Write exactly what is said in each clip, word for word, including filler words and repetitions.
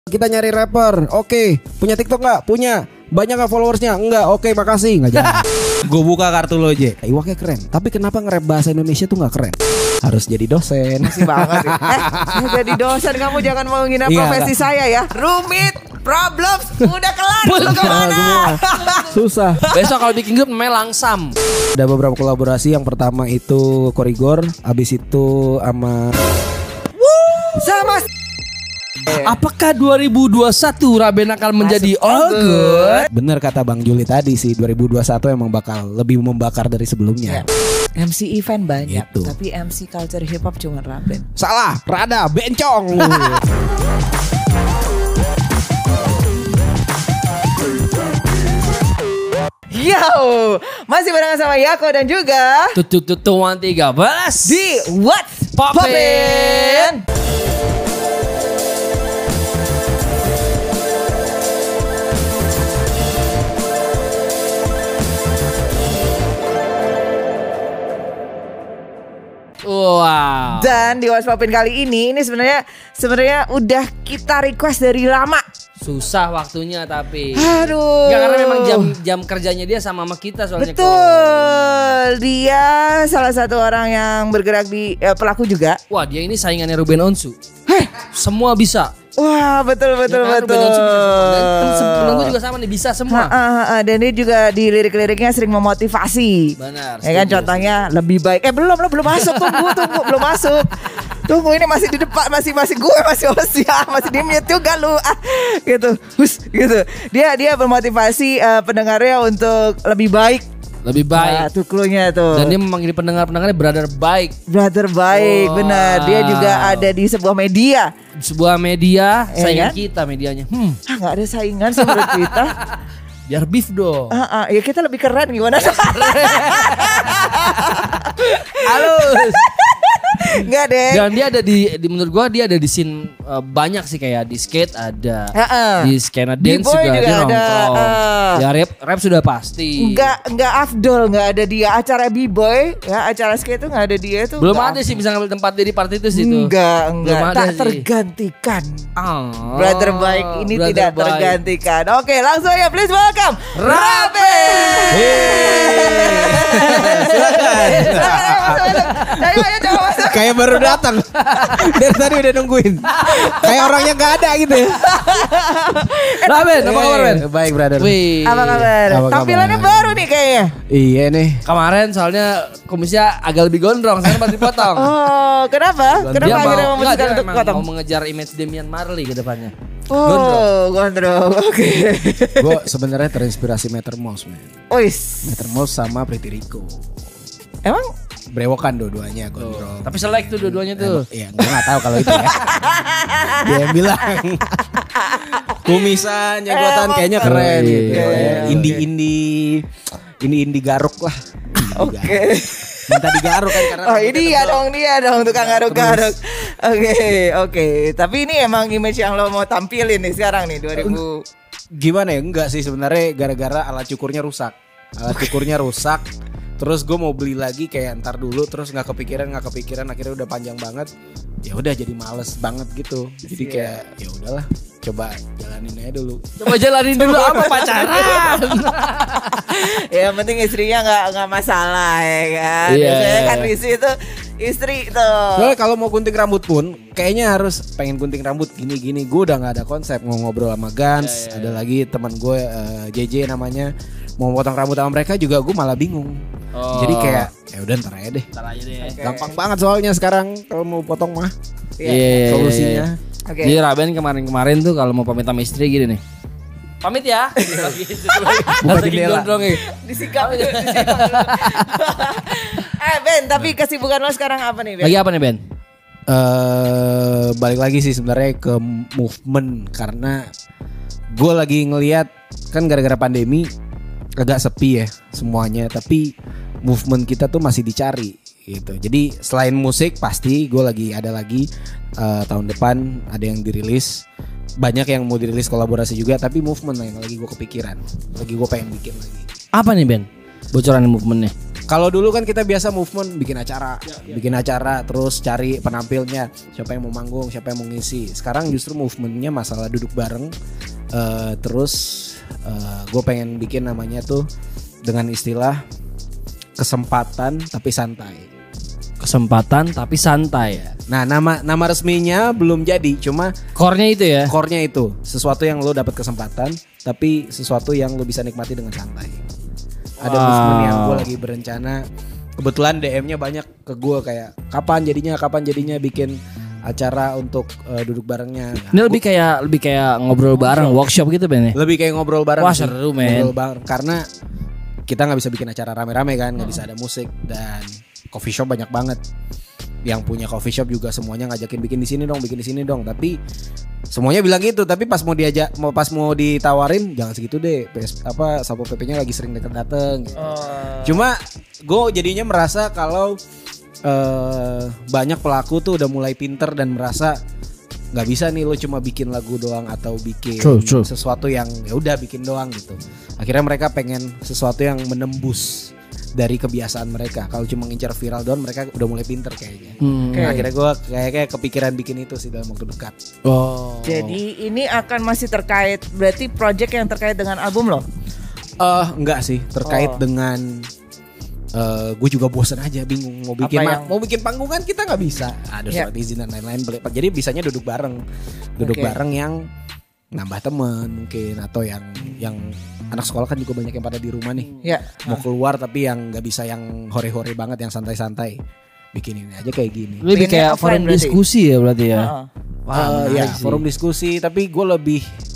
Kita nyari rapper. Oke, punya TikTok nggak? Punya. Banyak nggak followersnya? Enggak. Oke, makasih. Nggak jadi. Gue buka kartu lo aja. Iwaknya keren. Tapi kenapa nge-rap bahasa Indonesia tuh nggak keren? Harus jadi dosen. Masih banget. Eh, jadi dosen kamu jangan mau menghina Iya, profesi enggak. saya ya. Rumit, problems, udah kelar. Lu Semua, kemana? semua. Susah. Besok kalau bikin grup namanya Langsam. Ada beberapa kolaborasi. Yang pertama itu Korigor. Abis itu sama Sama Apakah dua ribu dua puluh satu Raben akan menjadi all good? bener kata Bang Juli tadi sih, dua ribu dua puluh satu emang bakal lebih membakar dari sebelumnya. M C event banyak, Gitu. tapi M C culture hip hop cuma Raben. Salah, Rada, bencong. Yo, masih barengan sama Yako dan juga Tutut tutuan tiga belas di What's Poppin'. Poppin'. Wow. Dan di What's Poppin' kali ini ini sebenarnya sebenarnya udah kita request dari lama. Susah waktunya tapi. Aduh. Enggak, karena memang jam jam kerjanya dia sama sama kita soalnya. Betul. Dia salah satu orang yang bergerak di eh, pelaku juga. Wah, dia ini saingannya Ruben Onsu. Semua bisa. Wah, betul betul Ya kan, betul. Ruben Onsu bisa semua. Dan kan sebelum gue juga sama nih, bisa semua. Ha, ha, ha, ha. Dan dia juga di lirik-liriknya sering memotivasi. Benar. Ya kan, setuju, contohnya lebih baik. Eh belum, lo belum masuk. Tunggu, tunggu, belum masuk. Tunggu, ini masih di depan, masih masih gue masih host ya, masih di mute juga lu. Ah, gitu. Hus, gitu. Dia dia memotivasi uh, pendengarnya untuk lebih baik. Lebih baik. Nah, tuh clue-nya tuh. Dan dia memanggil pendengar-pendengarnya brother baik. Brother baik, Wow. benar. Dia juga ada di sebuah media. Sebuah media Ya saingan kan? kita medianya. Hmm, Ah, nggak ada saingan sih menurut kita. biar beef dong. Ah, ah, ya kita lebih keren gimana? Halus. Enggak deh. Dan dia ada di, di menurut gua dia ada di scene uh, banyak sih, kayak di skate ada, Heeh. di skena dance B-boy juga, juga dia ada, nongkrong. uh. Ya rap rap sudah pasti. Enggak enggak afdol, enggak ada dia. Acara B-boy, ya acara skate tuh enggak ada dia tuh. Belum enggak ada sih bisa ngambil tempat dia di party itu sih itu. Enggak, enggak. Belum ada Tak sih. tergantikan. Oh, Brother baik ini brother tidak baik. tergantikan. Oke, langsung ya, please welcome Rabe. Silakan. Ayo, ayo coba masuk. Kayak baru datang. Dari tadi udah nungguin. Kayak orangnya nggak ada gitu. Raben, apa kabar Ben? Eh, Baik, brother. Wih. Apa kabar? Apa kabar? Tampilannya baru nih kayaknya. Iya nih. Kemarin soalnya kumisnya agak lebih gondrong, sekarang baru dipotong. Oh, kenapa? Kenapa Dia akhirnya mau, enggak, memutuskan dia untuk memang potong? mau mengejar image Damian Marley ke depannya. Oh, gondrong. Oke. Gue sebenarnya terinspirasi Meter Mouse, man. Ois. Meter Mouse sama Pretty Rico. Emang Brewokan dua-duanya gondrong. Tapi selek tuh dua-duanya tuh. Iya, gue gak tahu kalau itu ya. Dia yang bilang kumisan, jenggotan Eh, kayaknya Oh, keren iya, gitu. iya, iya. Indie-indie, indie-indie garuk lah. Oke. Minta digaruk kan karena Oh ini ya dong, dia dong tukang garuk-garuk. Oke, oke. Tapi ini emang image yang lo mau tampilin nih sekarang nih dua ribu. gimana ya? Enggak sih sebenarnya, gara-gara alat cukurnya rusak. Alat cukurnya rusak. Terus gue mau beli lagi kayak ntar dulu, terus nggak kepikiran nggak kepikiran akhirnya udah panjang banget. Ya udah jadi males banget gitu. Jadi kayak ya udahlah, coba jalanin aja dulu. Coba jalanin dulu apa pacaran. Ya yang penting istrinya nggak nggak masalah ya kan. Iya. Biasanya kan isi itu istri tuh. Soalnya kalau mau gunting rambut pun kayaknya harus pengen gunting rambut gini-gini. Gue udah nggak ada konsep, mau ngobrol sama Gans. Ya, ya, ya. Ada lagi teman gue uh, J J namanya, mau potong rambut sama mereka juga gue malah bingung. Oh. Jadi kayak ya udah ntar aja deh. Ntar aja deh. Gampang banget soalnya sekarang kalau mau potong mah. Iya. Iya, Solusinya. Oke. Jadi Raben kemarin-kemarin tuh kalau mau pamit sama istri gini nih. Pamit ya. Buka jendela. Disikap dulu, disikap dulu. Eh Ben, tapi kesibukan lo sekarang apa nih Ben? Lagi apa nih Ben? Eh balik lagi sih sebenarnya ke movement, karena gue lagi ngelihat kan gara-gara pandemi agak sepi ya semuanya, tapi movement kita tuh masih dicari gitu. Jadi selain musik pasti gue lagi ada lagi uh, tahun depan ada yang dirilis, banyak yang mau dirilis kolaborasi juga, tapi movement yang lagi gue kepikiran, lagi gue pengen bikin lagi. Apa nih Ben? Bocoran movementnya? Kalau dulu kan kita biasa movement bikin acara, bikin acara terus cari penampilnya, siapa yang mau manggung, siapa yang mau ngisi. Sekarang justru movementnya masalah duduk bareng. Uh, terus uh, gue pengen bikin namanya tuh dengan istilah kesempatan tapi santai. Kesempatan tapi santai ya. Nah nama nama resminya belum jadi, cuma Core-nya itu ya. core-nya itu sesuatu yang lo dapat kesempatan, tapi sesuatu yang lo bisa nikmati dengan santai. Ada Wow. movement yang gue lagi berencana. Kebetulan D M-nya banyak ke gue kayak kapan jadinya, kapan jadinya bikin acara untuk uh, duduk barengnya. Ini lebih kayak lebih kayak ngobrol bareng, workshop gitu Ben ya. Lebih kayak ngobrol bareng. Wah, sih. seru, men. Ngobrol bareng karena kita nggak bisa bikin acara rame-rame kan, nggak bisa ada musik dan coffee shop banyak banget. Yang punya coffee shop juga semuanya ngajakin bikin di sini dong, bikin di sini dong. Tapi semuanya bilang gitu, tapi pas mau diajak, mau pas mau ditawarin jangan segitu deh. P S, apa Satpol P P-nya lagi sering datang. Gitu. Oh. Cuma gue jadinya merasa kalau uh, banyak pelaku tuh udah mulai pinter dan merasa nggak bisa nih lo cuma bikin lagu doang atau bikin True, true. sesuatu yang ya udah bikin doang gitu. Akhirnya mereka pengen sesuatu yang menembus dari kebiasaan mereka. Kalau cuma ngincar viral doang, mereka udah mulai pinter kayaknya. Hmm. Nah, akhirnya gue kayaknya kepikiran bikin itu sih dalam waktu dekat. Oh. Jadi ini akan masih terkait, berarti project yang terkait dengan album loh. Eh enggak sih, terkait Oh. dengan eh gue juga bosen aja, bingung mau bikin Apa ma- yang- mau bikin panggung kan kita nggak bisa. Ada Ya. surat izin dan lain-lain. Beli- Jadi bisanya duduk bareng, duduk Oke. bareng yang nambah temen mungkin atau yang yang anak sekolah kan juga banyak yang pada di rumah nih. Ya. Mau keluar tapi yang nggak bisa yang hore-hore banget, yang santai-santai. Bikin ini aja kayak gini. Lebih Pengennya kayak offline forum berarti? diskusi ya berarti ya. Heeh. Wah, Eh, menarik ya, sih. forum diskusi, tapi gue lebih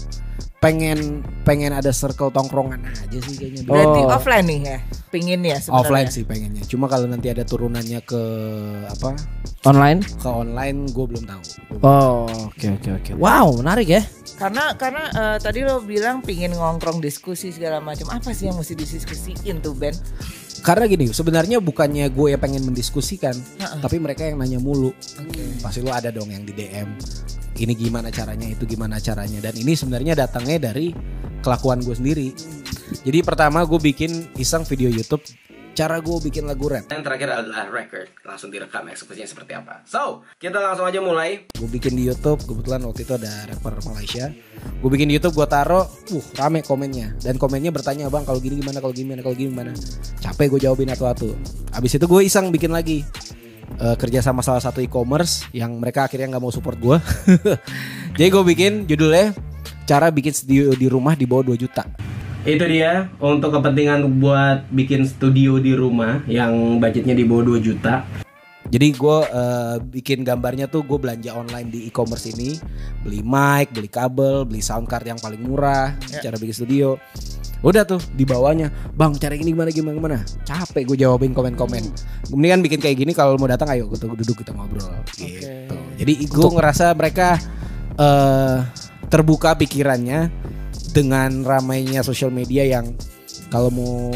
pengen pengen ada circle tongkrongan aja sih kayaknya. Berarti Oh. offline nih ya, pingin ya sebenarnya. Offline sih pengennya. Cuma kalau nanti ada turunannya ke apa? Online. Ke online gue belum tahu. Oh, oke oke oke. Wow, menarik ya. Karena karena eh, tadi lo bilang pingin ngongkrong diskusi segala macam. Apa sih yang mesti didiskusiin tuh Ben? Karena gini, sebenarnya bukannya gue yang pengen mendiskusikan, Heeh. tapi mereka yang nanya mulu. Pasti lo ada dong yang di D M. Ini gimana caranya, itu gimana caranya. Dan ini sebenarnya datangnya dari kelakuan gue sendiri. Jadi pertama gue bikin iseng video YouTube cara gue bikin lagu rap. Yang terakhir adalah record, langsung direkam eksekusinya seperti apa. So, kita langsung aja mulai. Gue bikin di YouTube, kebetulan waktu itu ada rapper Malaysia. Gue bikin di YouTube, gue taro, uh rame komennya. Dan komennya bertanya, bang kalau gini gimana, kalau gimana, kalau gini gimana. Capek gue jawabin satu-satu. Abis itu gue iseng bikin lagi. Uh, kerja sama salah satu e-commerce yang mereka akhirnya nggak mau support gue. Jadi gue bikin judulnya cara bikin studio di rumah di bawah dua juta. Itu dia untuk kepentingan buat bikin studio di rumah yang budgetnya di bawah dua juta. Jadi gue uh, bikin gambarnya tuh gue belanja online di e-commerce ini, beli mic, beli kabel, beli sound card yang paling murah, cara bikin studio. Udah tuh di bawahnya, bang cara ini gimana gimana gimana. Capek gue jawabin komen-komen. Kemudian bikin kayak gini, kalau mau datang ayo kita duduk kita ngobrol. Gitu. Jadi gue ngerasa mereka uh, terbuka pikirannya dengan ramainya sosial media yang kalau mau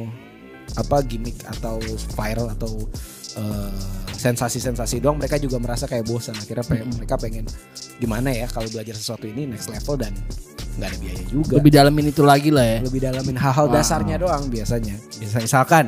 apa gimmick atau viral atau uh, sensasi-sensasi doang, mereka juga merasa kayak bosan. Akhirnya pengen, mereka pengen gimana ya kalau belajar sesuatu ini next level dan nggak ada biaya juga. Lebih dalamin itu lagi lah ya. Lebih dalamin hal-hal Wow. dasarnya doang biasanya. Biasanya misalkan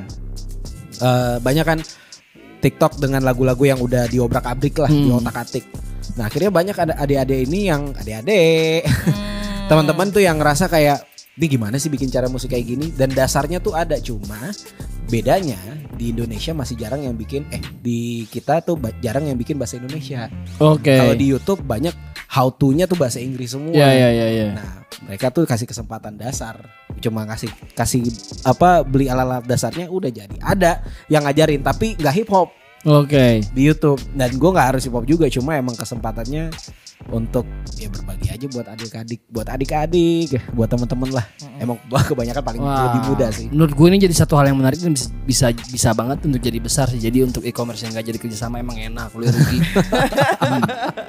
uh, banyak kan TikTok dengan lagu-lagu yang udah diobrak-abrik lah, Hmm. diotak-atik. Nah akhirnya banyak ada adik-adik ini yang adik-adik teman-teman tuh yang ngerasa kayak ini gimana sih bikin cara musik kayak gini, dan dasarnya tuh ada, cuma bedanya di Indonesia masih jarang yang bikin eh di kita tuh ba- jarang yang bikin bahasa Indonesia. Oke. Kalau di YouTube banyak how to-nya tuh bahasa Inggris semua. Ya ya ya ya. Nah, mereka tuh kasih kesempatan dasar. Cuma ngasih kasih apa beli alat-alat dasarnya udah jadi. Ada yang ngajarin tapi nggak hip hop Oke. di YouTube, dan gue nggak harus hip hop juga, cuma emang kesempatannya untuk ya berbagi aja buat adik-adik, buat adik-adik, buat teman-teman lah. Emang gua kebanyakan paling Wah, lebih muda sih. Menurut gue ini jadi satu hal yang menarik dan bisa bisa, bisa banget untuk jadi besar sih. Jadi untuk e-commerce yang gak jadi kerjasama emang enak, lu rugi. Hmm.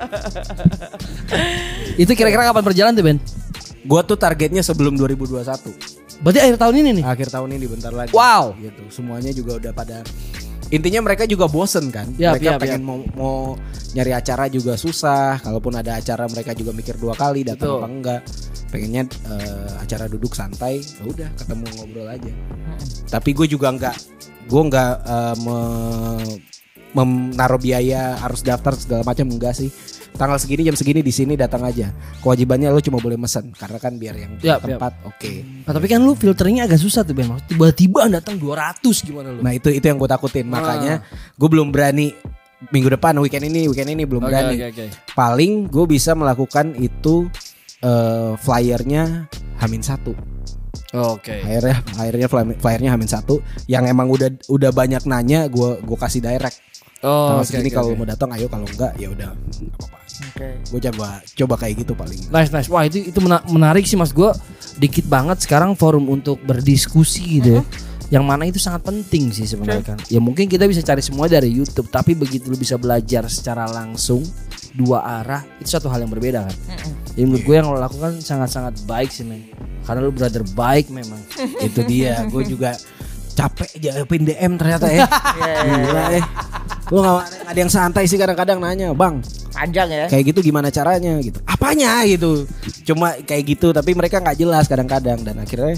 Itu kira-kira kapan berjalan tuh Ben? Gua tuh targetnya sebelum dua ribu dua puluh satu. Berarti akhir tahun ini nih. Akhir tahun ini bentar lagi. Wow. Gitu. Semuanya juga udah pada intinya mereka juga bosen kan. Yap, mereka yap, pengen mau, mau nyari acara juga susah. Kalaupun ada acara mereka juga mikir dua kali datang Betul. apa enggak. Pengennya eh, acara duduk santai, ya udah ketemu ngobrol aja. Tapi gue juga enggak gue nggak uh, me- menaruh biaya harus daftar segala macam, enggak sih. Tanggal segini jam segini di sini datang aja. Kewajibannya lu cuma boleh mesen karena kan biar yang Yap, tempat oke. Okay. Nah, tapi kan lu filternya agak susah tuh Ben. Tiba-tiba datang dua ratus gimana lu? Nah itu itu yang gue takutin. Ah. Makanya gue belum berani minggu depan, weekend ini, weekend ini belum Oke, berani. oke, oke. Paling gue bisa melakukan itu uh, flyernya Hamin satu. Oke. Akhirnya akhirnya fly- flyernya Hamin satu. Yang emang udah udah banyak nanya, gue gue kasih direct. Oh, Tanggal oke, segini oke, kalau oke. mau datang ayo, kalau enggak ya udah nggak apa-apa. Oke. Gue coba coba kayak gitu paling. Nice nice. Wah itu itu mena- menarik sih mas. Gue dikit banget sekarang forum untuk berdiskusi gitu. Uh-huh. Yang mana itu sangat penting sih sebenarnya kan. Ya mungkin kita bisa cari semua dari YouTube, tapi begitu lu bisa belajar secara langsung dua arah itu satu hal yang berbeda kan. Jadi menurut gue yang lo lakukan sangat-sangat baik sih men. Karena lu brother baik memang. Itu dia. Gue juga capek jawabin D M ternyata ya. Gila eh. Lu gak ada yang santai sih, kadang-kadang nanya, "Bang, Panjang ya. kayak gitu gimana caranya?" gitu. Apanya gitu. Cuma kayak gitu, tapi mereka nggak jelas kadang-kadang. Dan akhirnya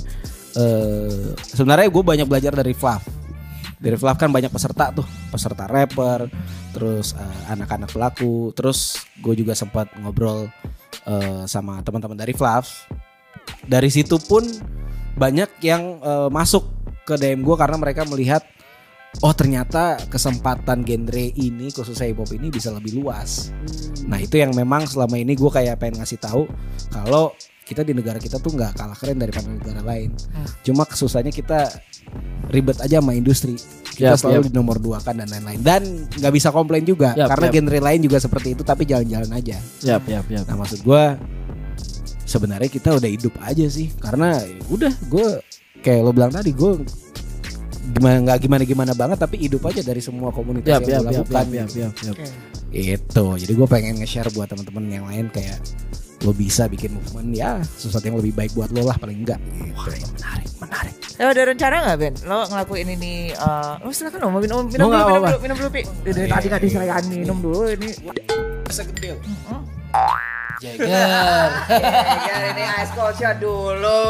eh sebenarnya gue banyak belajar dari Flav. Dari Flav kan banyak peserta tuh, peserta rapper, terus eh, anak-anak pelaku. Terus gue juga sempat ngobrol eh, sama teman-teman dari Flav. Dari situ pun banyak yang eh, masuk ke D M gue karena mereka melihat, oh ternyata kesempatan genre ini khususnya hip hop ini bisa lebih luas. Nah itu yang memang selama ini gue kayak pengen ngasih tahu kalau kita di negara kita tuh nggak kalah keren daripada negara lain. Cuma kesusahannya kita ribet aja sama industri. Kita Yap, selalu yap. di nomor dua kan dan lain-lain. Dan nggak bisa komplain juga Yap, karena yap. genre lain juga seperti itu tapi jalan-jalan aja. Yap yap yap. Nah maksud gue sebenarnya kita udah hidup aja sih karena udah gue kayak lo bilang tadi gue gimana nggak gimana gimana banget tapi hidup aja dari semua komunitas Yap yang yap gue yap lakukan. yap yap yap. Itu jadi gue pengen nge-share buat teman-teman yang lain kayak lo bisa bikin movement ya sesuatu yang lebih baik buat lo lah paling enggak gitu. Wah, menarik menarik. Lo ada rencana nggak Ben? Lo ngelakuin ini? Uh, lo silakan lo mau minum minum Oh, dulu, nggak minum apa-apa. dulu, minum dulu pi. Dari tadi kan diserahin minum dulu ini. Segedil. Jagger. Ya ini ice cold shot dulu.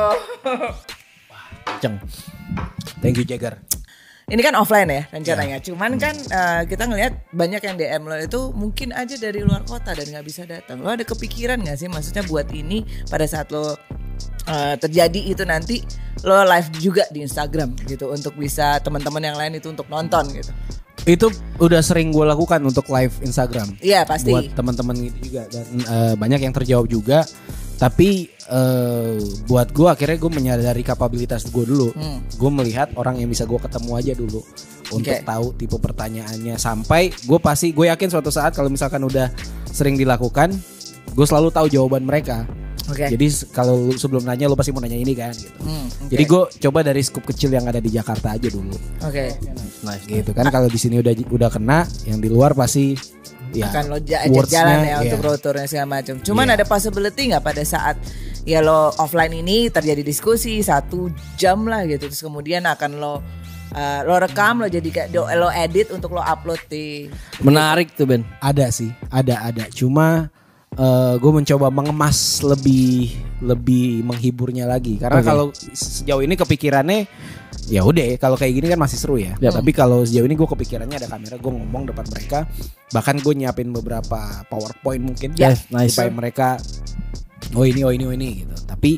Ceng. Thank you Jagger. Ini kan offline ya rencananya. Cuman kan uh, kita ngelihat banyak yang D M lo itu mungkin aja dari luar kota dan nggak bisa datang. Lo ada kepikiran nggak sih maksudnya buat ini pada saat lo uh, terjadi itu nanti lo live juga di Instagram gitu untuk bisa teman-teman yang lain itu untuk nonton gitu. Itu udah sering gue lakukan untuk live Instagram. Iya pasti. Buat teman-teman gitu juga dan eh, banyak yang terjawab juga. Tapi eh, buat gue akhirnya gue menyadari kapabilitas gue dulu. Hmm. Gue melihat orang yang bisa gue ketemu aja dulu untuk Oke. tahu tipe pertanyaannya. Sampai gue pasti gue yakin suatu saat kalau misalkan udah sering dilakukan, gue selalu tahu jawaban mereka. Oke. Jadi s- kalau lu sebelum nanya lu pasti mau nanya ini kan gitu. Hmm, oke. Jadi gue coba dari skup kecil yang ada di Jakarta aja dulu. Oke. Nice. Gitu kan kalau di sini udah udah kena, yang di luar pasti ya Akan lo ja- words-nya, jalan ya iya. untuk road tournya segala macam. Cuman Iya. ada possibility nggak pada saat ya lo offline ini terjadi diskusi satu jam lah gitu, terus kemudian akan lo uh, lo rekam, lo jadi kayak do- lo edit untuk lo upload di. Menarik tuh Ben. Ada sih, ada ada. Cuma gue mencoba mengemas lebih lebih menghiburnya lagi. Karena Oke. kalau sejauh ini kepikirannya ya udah kalau kayak gini kan masih seru ya. Yap. Tapi kalau sejauh ini gue kepikirannya ada kamera, gue ngomong depan mereka. Bahkan gue nyiapin beberapa PowerPoint mungkin Ya, nice. supaya mereka oh ini oh ini oh ini gitu. Tapi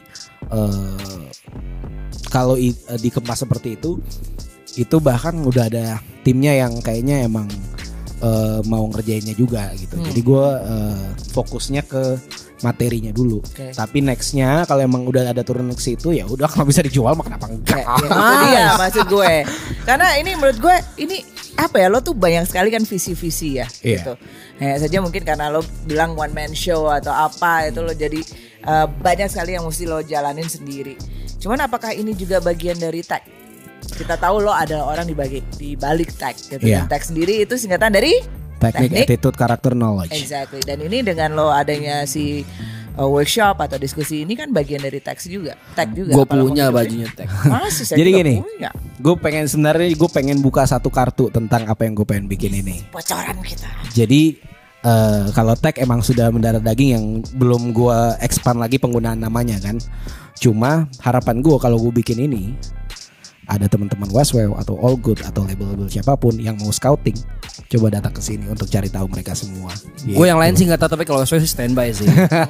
eh, kalau i- eh, dikemas seperti itu, itu bahkan udah ada timnya yang kayaknya emang eh, mau ngerjainnya juga gitu. Hmm. Jadi gue eh, fokusnya ke materinya dulu. Oke. Tapi nextnya kalau emang udah ada turun ke situ ya udah kalau bisa dijual mah kenapa enggak? Ya, itu dia maksud gue. Karena ini menurut gue ini apa ya, lo tuh banyak sekali kan visi-visi ya Iya. gitu. Hanya saja mungkin karena lo bilang one man show atau apa itu lo jadi uh, banyak sekali yang mesti lo jalanin sendiri. Cuman apakah ini juga bagian dari tag? Kita tahu lo adalah orang di bagi di balik tag gitu. Iya. Dan tag sendiri itu singkatan dari Teknik, attitude, karakter, knowledge. Exactly. Dan ini dengan lo adanya si uh, workshop atau diskusi ini kan bagian dari tag juga. Tag juga. Gue Kalau punya mau hidupin. bajunya tag. Masih saya Jadi juga gini, punya. gue pengen sebenarnya gue pengen buka satu kartu tentang apa yang gue pengen bikin ini. Bocoran kita. Jadi eh, kalau tag emang sudah mendarah daging yang belum gue expand lagi penggunaan namanya kan. Cuma harapan gue kalau gue bikin ini ada teman-teman Westwell atau All Good atau label-label siapapun yang mau scouting, coba datang ke sini untuk cari tahu mereka semua. Gue yang lain sih nggak tahu, tapi kalau saya sih standby sih.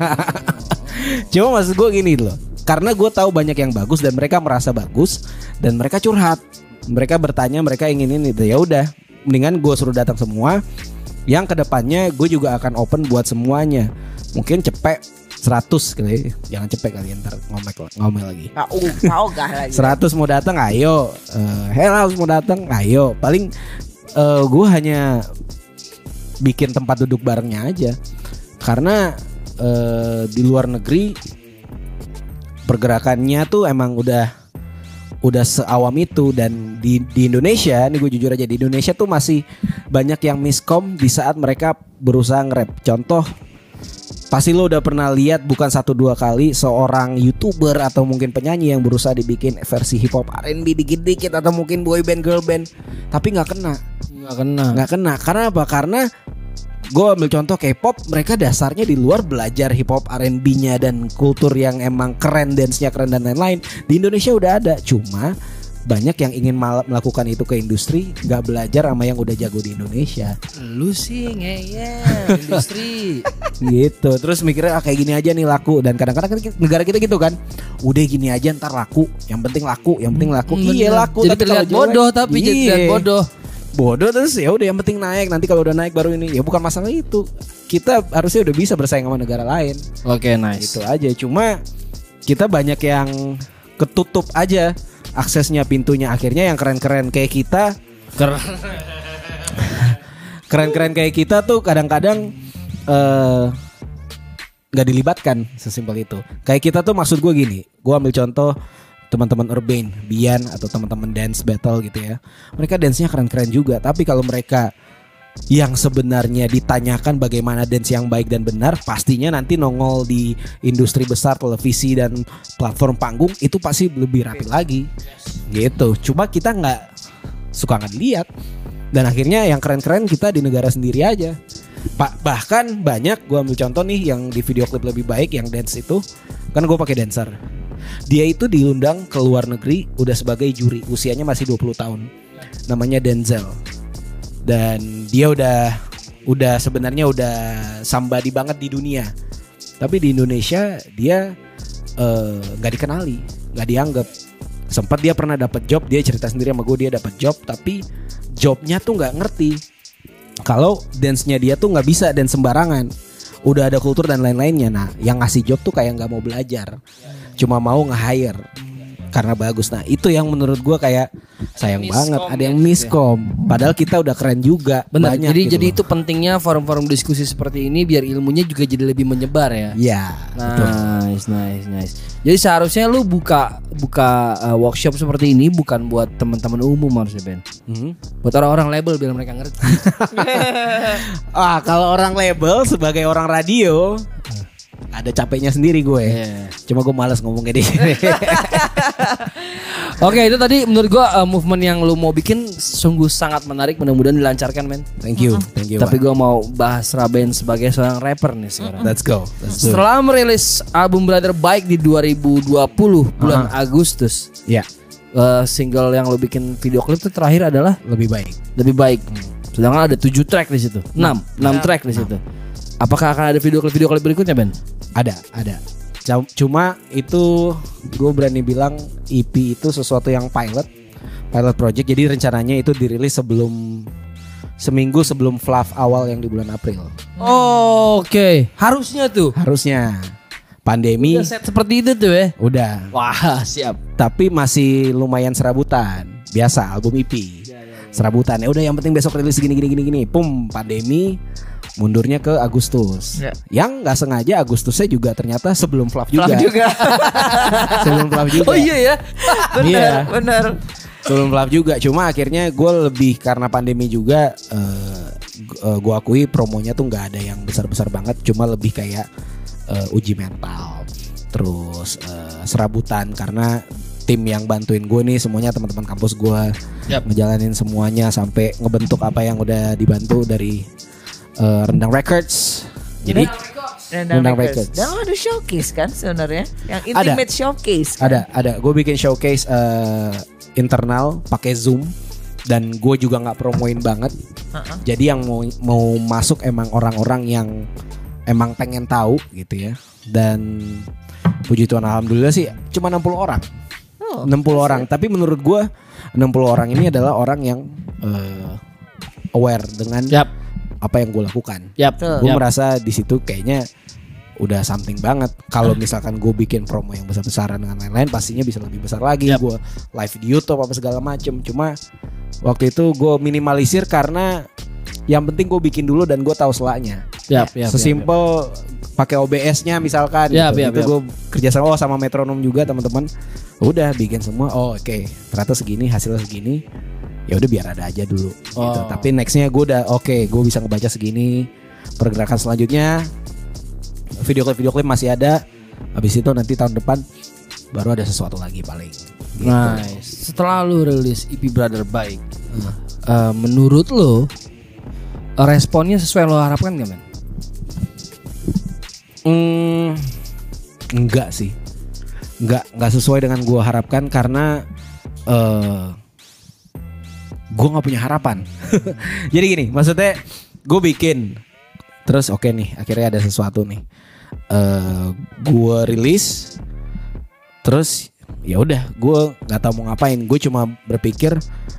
Cuma maksud gue gini loh, karena gue tahu banyak yang bagus dan mereka merasa bagus dan mereka curhat, mereka bertanya, mereka ingin ini, ya udah, mendingan gue suruh datang semua. Yang kedepannya gue juga akan open buat semuanya. Mungkin cepet seratus kali, jangan cepet kali ntar ngomel ngomel lagi. Kau kau gah lagi. seratus mau datang, ayo. Uh, Hela harus mau datang, ayo. Paling uh, gue hanya bikin tempat duduk barengnya aja. Karena uh, di luar negeri pergerakannya tuh emang udah udah seawam itu, dan di di Indonesia, nih gue jujur aja, di Indonesia tuh masih banyak yang miskom di saat mereka berusaha nge-rap. Contoh, pasti lo udah pernah lihat bukan satu dua kali seorang YouTuber atau mungkin penyanyi yang berusaha dibikin versi hip hop R and B dikit-dikit atau mungkin boy band girl band, tapi nggak kena, Nggak kena. nggak kena. Karena apa? Karena gue ambil contoh K-pop, mereka dasarnya di luar belajar hip hop R and B-nya dan kultur yang emang keren, dance-nya keren dan lain-lain. Di Indonesia udah ada, cuma banyak yang ingin mal- melakukan itu ke industri, nggak belajar sama yang udah jago di Indonesia. Lu sih ngeyel industri. Gitu. Terus mikirnya ah, kayak gini aja nih laku, dan kadang-kadang kan kita- negara kita gitu kan. Udah gini aja ntar laku, yang penting laku, yang penting laku. Hmm, Iya bener. laku, Jadi tapi terlihat kalau jelek- bodoh, tapi jadi Iya. terlihat bodoh. Bodoh terus ya udah yang penting naik, nanti kalau udah naik baru ini. Ya bukan masalah itu. Kita harusnya udah bisa bersaing sama negara lain. Oke, nice. Gitu aja. Cuma kita banyak yang ketutup aja aksesnya, pintunya. Akhirnya yang keren-keren kayak kita, Keren. keren-keren kayak kita tuh kadang-kadang eh, nggak dilibatkan, sesimpel itu. Kayak kita tuh, maksud gue gini, gue ambil contoh teman-teman Urban, Bian atau teman-teman dance battle gitu ya. Mereka dance-nya keren-keren juga, tapi kalau mereka yang sebenarnya ditanyakan bagaimana dance yang baik dan benar, pastinya nanti nongol di industri besar televisi dan platform panggung itu pasti lebih rapi lagi. Gitu. Cuma kita nggak suka nggak dilihat. Dan akhirnya yang keren-keren kita di negara sendiri aja. Pak, bahkan banyak, gue ambil contoh nih yang di video klip lebih baik yang dance itu, kan gue pakai dancer. Dia itu diundang ke luar negeri udah sebagai juri, usianya masih dua puluh tahun. Namanya Denzel. Dan dia udah udah sebenarnya udah somebody banget di dunia. Tapi di Indonesia dia nggak uh, dikenali, nggak dianggap. Sempat dia pernah dapat job, dia cerita sendiri sama gue, dia dapat job tapi jobnya tuh nggak ngerti kalau dance-nya dia tuh nggak bisa dance sembarangan. Udah ada kultur dan lain-lainnya. Nah, yang ngasih job tuh kayak nggak mau belajar, cuma mau nge-hire karena bagus. Nah, itu yang menurut gue kayak sayang Miskom banget. Ada ya, yang miskom. Padahal kita udah keren juga. Benar. Banyak Jadi gitu jadi loh. itu pentingnya forum-forum diskusi seperti ini biar ilmunya juga jadi lebih menyebar ya. Ya, betul. Nice, nice, nice. Jadi seharusnya lu buka buka uh, workshop seperti ini bukan buat teman-teman umum harusnya, Ben. Mhm. Buat orang-orang label biar mereka ngerti. Ah, kalau orang label sebagai orang radio ada capeknya sendiri gue. Yeah. Cuma gue malas ngomongnya di sini. Oke, itu tadi menurut gua uh, movement yang lu mau bikin sungguh sangat menarik, mudah-mudahan dilancarkan, men. Thank you, thank you. Tapi Pak. gua mau bahas Raben sebagai seorang rapper nih sekarang. Let's go. Let's do it. Setelah merilis album Brother Bike di dua ribu dua puluh bulan Agustus, Ya, uh, single yang lu bikin video klip itu terakhir adalah lebih baik. Lebih Baik. Sedangkan ada tujuh track di situ, enam, enam track di situ. Apakah akan ada video klip video klip berikutnya, Ben? Ada, ada. Ca- Cuma itu gue berani bilang E P itu sesuatu yang pilot, pilot project. Jadi rencananya itu dirilis sebelum seminggu sebelum Fluff awal yang di bulan April. Oh, oke. Okay. Harusnya tuh. Harusnya pandemi Udah set seperti itu tuh ya. udah. Wah, siap. Tapi masih lumayan serabutan. Biasa album E P. Serabutan. Ya udah, yang penting besok rilis gini gini gini gini. Pum, pandemi mundurnya ke Agustus. Ya. Yang nggak sengaja Agustusnya juga ternyata sebelum Fluff juga. Fluff juga. Sebelum Fluff juga. Oh iya ya. Benar, Iya. benar. Sebelum Fluff juga. Cuma akhirnya gue lebih karena pandemi juga, uh, gue akui promonya tuh nggak ada yang besar-besar banget. Cuma lebih kayak uh, uji mental. Terus uh, serabutan karena tim yang bantuin gue nih semuanya teman-teman kampus gue, Yap. ngejalanin semuanya sampai ngebentuk apa yang udah dibantu dari uh, Rendang Records. Jadi Rendang Rendang Records. Records. Dan lo ada showcase kan sebenarnya, yang Ada. intimate showcase. Kan? ada ada gue bikin showcase uh, internal pakai Zoom dan gue juga nggak promoin banget. Uh-uh. Jadi yang mau mau masuk emang orang-orang yang emang pengen tahu gitu ya. Dan puji Tuhan alhamdulillah sih cuma enam puluh orang. Oh, enam puluh orang, tapi menurut gue enam puluh orang ini adalah orang yang uh, aware dengan yep. apa yang gue lakukan. Yep. Gue yep. merasa di situ kayaknya udah something banget. Kalau misalkan gue bikin promo yang besar-besaran dengan lain-lain, pastinya bisa lebih besar lagi. Yep. Gue live di YouTube apa segala macem. Cuma waktu itu gue minimalisir karena yang penting gue bikin dulu dan gue tahu selanya. Yep, yep, sesimpel yep, yep. pakai O B S-nya misalkan. Yep, gitu. Yep, itu yep. gue kerjasama oh sama metronom juga teman-teman. Udah bikin semua. Oh oke. Okay. Ternyata segini hasilnya segini. Ya udah biar ada aja dulu. Oh. Gitu. Tapi nextnya gue udah oke. Okay, gue bisa ngebaca segini. Pergerakan selanjutnya. Video klip-video klip masih ada. Habis itu nanti tahun depan baru ada sesuatu lagi paling. Gitu. Nice. Setelah lu rilis E P Brother Baik, hmm. uh, menurut lu responnya sesuai yang lo harapkan gak men? Hmm, enggak sih. Enggak, enggak sesuai dengan gue harapkan karena uh, gue gak punya harapan. Jadi gini, maksudnya gue bikin terus oke okay nih, akhirnya ada sesuatu nih. Uh, gue rilis terus ya udah gue nggak tahu mau ngapain. Gue cuma berpikir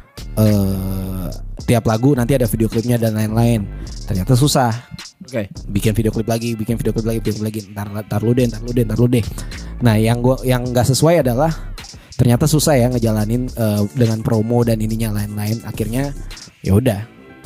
uh, tiap lagu nanti ada video klipnya dan lain-lain. Ternyata susah. Oke. Okay. Bikin video klip lagi, bikin video klip lagi, video klip lagi. Ntar, ntar lu deh, ntar lu deh, ntar lu deh. Nah yang gue yang nggak sesuai adalah ternyata susah ya ngejalanin uh, dengan promo dan ininya lain-lain. Akhirnya ya udah.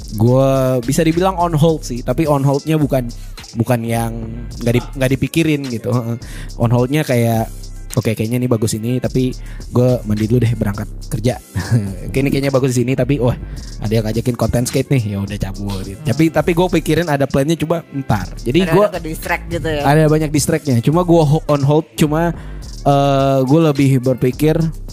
Gue bisa dibilang on hold sih, tapi on holdnya bukan bukan yang nggak di, nggak dipikirin gitu. On holdnya kayak oke okay, kayaknya ini bagus ini, tapi gue mandi dulu deh berangkat kerja. Kayaknya kayaknya bagus di sini, tapi wah ada yang ngajakin content skate nih, ya udah cabut. Gitu. Tapi tapi gue pikirin ada plannya coba ntar. Jadi gue ada distract gitu ya. Ada banyak distractnya. Cuma gue on hold, cuma uh, gue lebih berpikir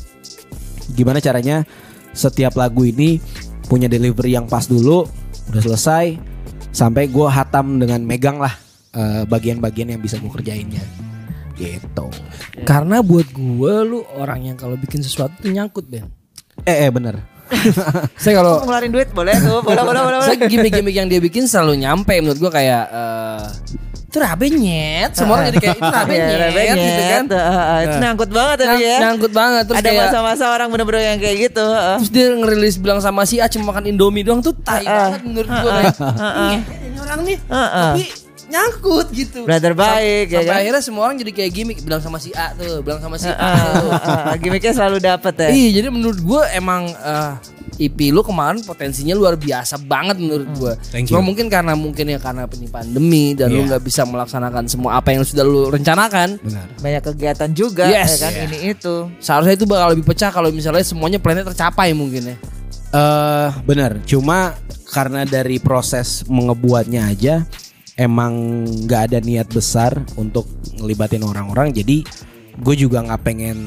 gimana caranya setiap lagu ini punya delivery yang pas dulu, udah selesai, sampai gue hatam dengan megang lah uh, bagian-bagian yang bisa gue kerjainnya, gitu. Karena buat gue lu orang yang kalau bikin sesuatu tuh nyangkut Ben. Eh eh bener. Saya kalau ngeluarin duit boleh tuh, boleh boleh boleh. Saya gimmick-gimmick yang dia bikin selalu nyampe menurut gue kayak. Uh, itu rabe nyet, semua orang jadi kayak itu rabe nyet, gitu kan. Uh, itu nyangkut banget tapi ya. Nyangkut banget. Terus ada masa-masa orang bener-bener yang kayak gitu. Uh. Terus dia ngerilis bilang sama si A cuma makan Indomie doang tuh tai uh, banget menurut uh, gue kayak. Uh, uh, ini orang nih, uh, uh. tapi nyangkut gitu. Brother Baik. Sampai ya kan? akhirnya semua orang jadi kayak gimmick, bilang sama si A tuh, bilang sama si A. Uh, uh, uh, gimmicknya selalu dapet ya. Iya, jadi menurut gue emang uh, E P lu kemarin potensinya luar biasa banget menurut gue. Cuma mungkin karena mungkin ya karena ini pandemi dan yeah. lu nggak bisa melaksanakan semua apa yang sudah lu rencanakan. Benar. Banyak kegiatan juga yes. ya kan yeah. ini itu. Seharusnya itu bakal lebih pecah kalau misalnya semuanya plannya tercapai mungkin ya. Uh, benar. Cuma karena dari proses mengebuatnya aja emang nggak ada niat besar untuk ngelibatin orang-orang, jadi gue juga nggak pengen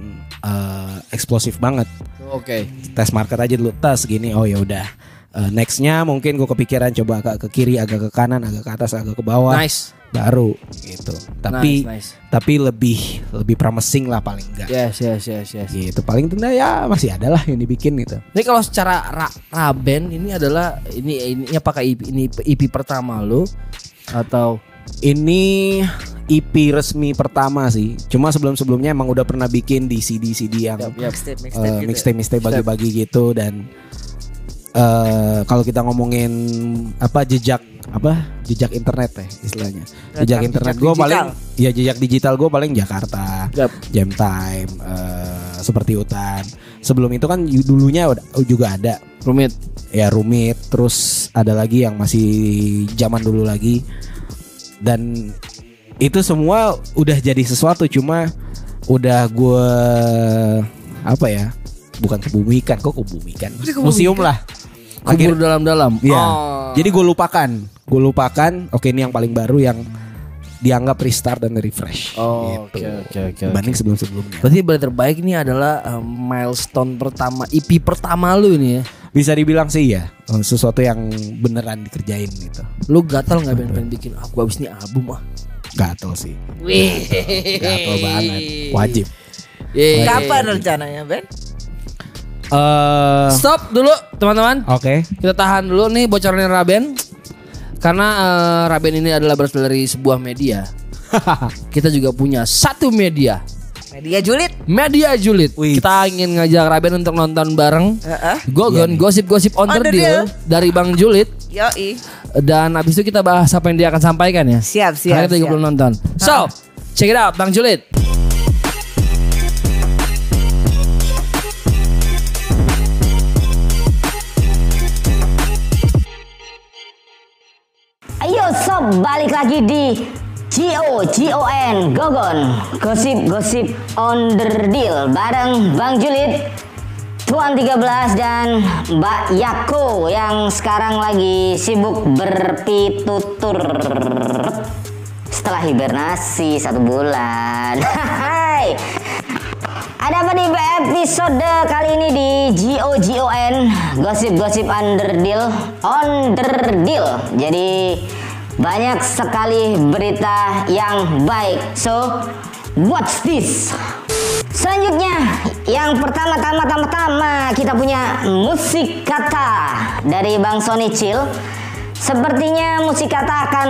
uh, eksplosif banget. Oke. Okay. Tes market aja dulu, tes gini. Oh ya udah. Uh, nextnya mungkin gue kepikiran coba agak ke kiri, agak ke kanan, agak ke atas, agak ke bawah. Nice. Baru gitu. Tapi nice, nice. tapi lebih lebih promising lah paling enggak. Yes yes yes yes. Gitu. Paling tenda ya masih ada lah yang dibikin gitu. Ini kalau secara ra, raben ini adalah ini ini apakah ini E P pertama lo atau ini E P resmi pertama sih. Cuma sebelum-sebelumnya emang udah pernah bikin di C D C D yang yep, yep. mixtape mixtape, uh, gitu. mixtape mixtape bagi-bagi gitu. Dan uh, kalau kita ngomongin apa jejak apa jejak internet ya istilahnya. Jejak Rekam, internet gue paling ya jejak digital gue paling Jakarta, yep. Jam Time, uh, seperti hutan. Sebelum itu kan dulunya juga ada Rumit. Ya Rumit. Terus ada lagi yang masih zaman dulu lagi. Dan itu semua udah jadi sesuatu, cuma udah gue apa ya, bukan kebumikan, kok kebumikan, museum lah, kubur dalam-dalam. Ya. Oh. Jadi gue lupakan, gue lupakan. Oke ini yang paling baru yang dianggap restart dan refresh. Oh, gitu. Oke oke oke. Dibanding sebelum-sebelumnya. Berarti Brother Baik ini adalah um, milestone pertama, E P pertama lu ini ya. Bisa dibilang sih ya, sesuatu yang beneran dikerjain gitu. Lu gatal nggak pengen bikin aku abis ini album ah? Gatel sih. Wih, gatel banget. Wajib. Yeay. Kapan rencananya Ben? Eh, Stop dulu teman-teman. Oke. Kita tahan dulu nih bocorin Raben. Karena eh, Raben ini adalah berasal dari sebuah media. Kita juga punya satu media. Media julid. Media julid. Wih. Kita ingin ngajak Raben untuk nonton bareng Heeh. Gogon gosip-gosip on, On the the deal deal. dari Bang Julid. Yoi. Dan abis itu kita bahas apa yang dia akan sampaikan ya. Siap, siap, Karena kita juga siap. belum nonton. So, check it out Bang Julid. Ayo sob, balik lagi di G O G O N Gogon Gosip-gosip on the deal bareng Bang Julid, Tuan tiga belas dan Mbak Yako yang sekarang lagi sibuk berpitutur setelah hibernasi satu bulan. Hai. Ada apa di episode kali ini di G O G O N Gosip-gosip underdeal Underdeal. Jadi banyak sekali berita yang baik. So, watch this. Selanjutnya, yang pertama-tama tama-tama kita punya musik kata dari Bang Sony Chill. Sepertinya musik kata akan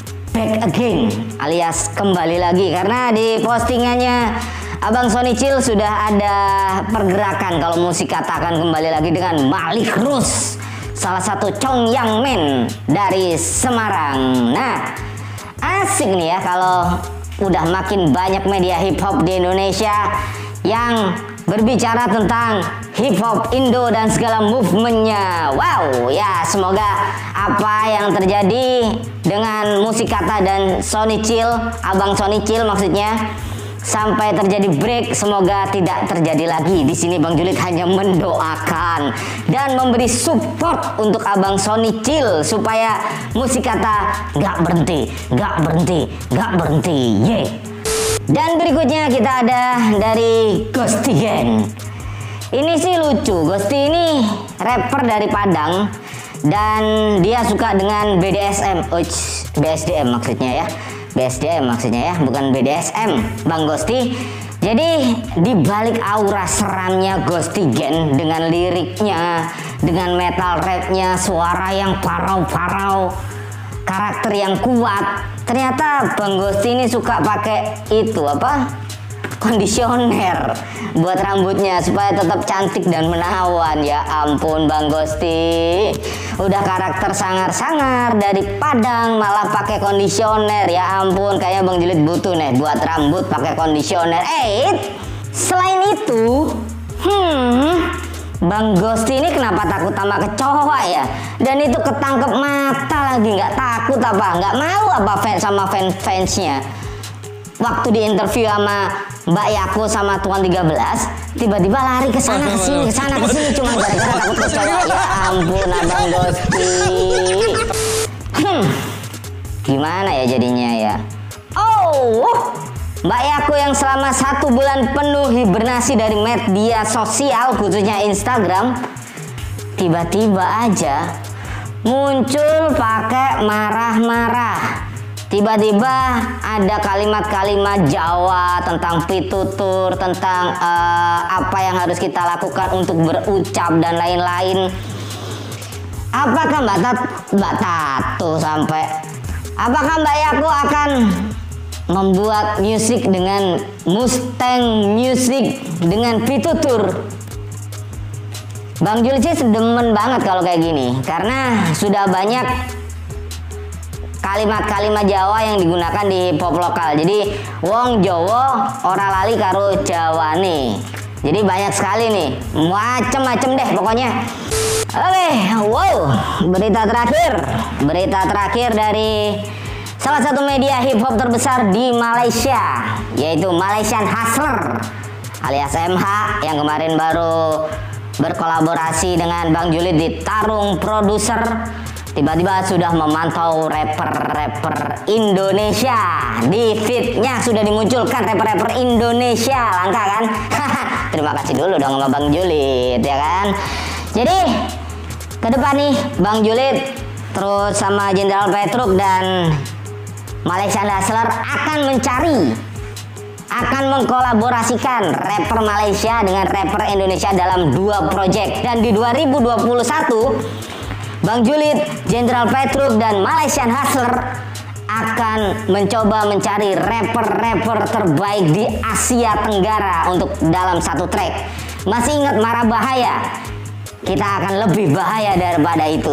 back again alias kembali lagi karena di postingannya Abang Sony Chill sudah ada pergerakan kalau musik kata akan kembali lagi dengan Malik Rus, salah satu Chong Yang Men dari Semarang. Nah, asik nih ya kalau udah makin banyak media hip hop di Indonesia yang berbicara tentang hip hop Indo dan segala movementnya. Wow, ya semoga apa yang terjadi dengan musik kata dan Sony Chill, Abang Sony Chill maksudnya, sampai terjadi break, semoga tidak terjadi lagi. Di sini Bang Julid hanya mendoakan dan memberi support untuk Abang Sony Chill supaya musik kata nggak berhenti, nggak berhenti, nggak berhenti. Ye. Dan berikutnya kita ada dari Ghosty Gang. Ini sih lucu. Ghosty ini rapper dari Padang dan dia suka dengan B D S M, Uch, B S D M maksudnya ya. B S D M maksudnya ya, bukan B D S M, Bang Ghosty. Jadi di balik aura seramnya Ghosty Gang dengan liriknya, dengan metal rapnya, suara yang parau-parau, karakter yang kuat, ternyata Bang Ghosty ini suka pakai itu apa? Kondisioner buat rambutnya supaya tetap cantik dan menawan. Ya ampun Bang Ghosty, udah karakter sangar-sangar dari Padang malah pakai kondisioner. Ya ampun, kayaknya Bang Julid butuh nih buat rambut pakai kondisioner. Eh, selain itu, hmm, Bang Ghosty ini kenapa takut sama kecoa ya? Dan itu ketangkep mata lagi, nggak takut apa? Nggak mau apa fans sama fans-fansnya? Waktu di interview sama Mbak Yako sama Tuan tiga belas, tiba-tiba lari ke sana ke sini ke sana ke sini cuma gara-gara takut kecoa. Ya ampun Abang Ghosty. Hmm. Gimana ya jadinya ya? Oh, Mbak Yako yang selama satu bulan penuh hibernasi dari media sosial khususnya Instagram, tiba-tiba aja muncul pakai marah-marah. Tiba-tiba ada kalimat-kalimat Jawa tentang pitutur, tentang uh, apa yang harus kita lakukan untuk berucap dan lain-lain. Apakah Mbak Tat, Mbak Tato sampai, apakah Mbak Yako akan membuat musik dengan Mustang Music dengan pitutur? Bang Julid sih demen banget kalau kayak gini karena sudah banyak kalimat-kalimat Jawa yang digunakan di pop lokal. Jadi wong Jawa ora lali karo Jawane. Jadi banyak sekali nih, macem-macem deh pokoknya. Oke, wow, berita terakhir, berita terakhir dari salah satu media hip hop terbesar di Malaysia, yaitu Malaysian Hustler alias M H yang kemarin baru berkolaborasi dengan Bang Julid di Tarung Produser. Tiba-tiba sudah memantau rapper-rapper Indonesia. Di feed-nya sudah dimunculkan rapper-rapper Indonesia. Langka kan? Terima kasih dulu dong sama Bang Julid ya kan. Jadi ke depan nih Bang Julid terus sama Jenderal Petruk dan Malaysian Hustler akan mencari akan mengkolaborasikan rapper Malaysia dengan rapper Indonesia dalam dua project. Dan di dua ribu dua puluh satu, Bang Julid, General Petruk, dan Malaysian Hustler akan mencoba mencari rapper-rapper terbaik di Asia Tenggara untuk dalam satu track. Masih ingat Mara Bahaya? Kita akan lebih bahaya daripada itu.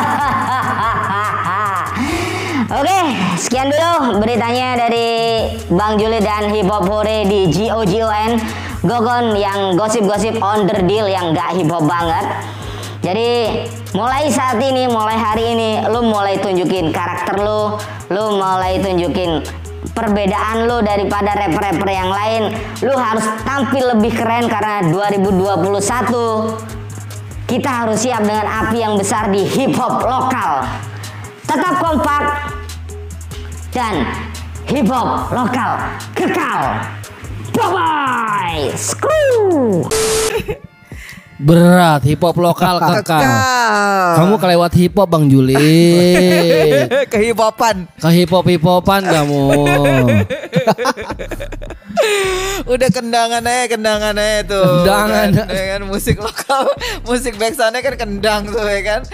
Oke, sekian dulu beritanya dari Bang Julid dan Hip Hop Hore di G O G O N Gogon yang gosip-gosip on the deal yang gak hip hop banget. Jadi mulai saat ini, mulai hari ini, lu mulai tunjukin karakter lu, lu mulai tunjukin perbedaan lu daripada rapper-rapper yang lain. Lu harus tampil lebih keren karena dua ribu dua puluh satu kita harus siap dengan api yang besar di hip hop lokal. Tetap kompak dan hip hop lokal kekal. Bye bye. Screw. Berat hip hop lokal kekal. Kamu kelewat hip hop Bang Juli. Kehipopan. Ke hip hop hip hopan kamu. Udah kendangan aja, kendangan aja tuh. Kendangan. Kan, ya kan musik lokal, musik backsoundnya kan kendang tuh ya kan.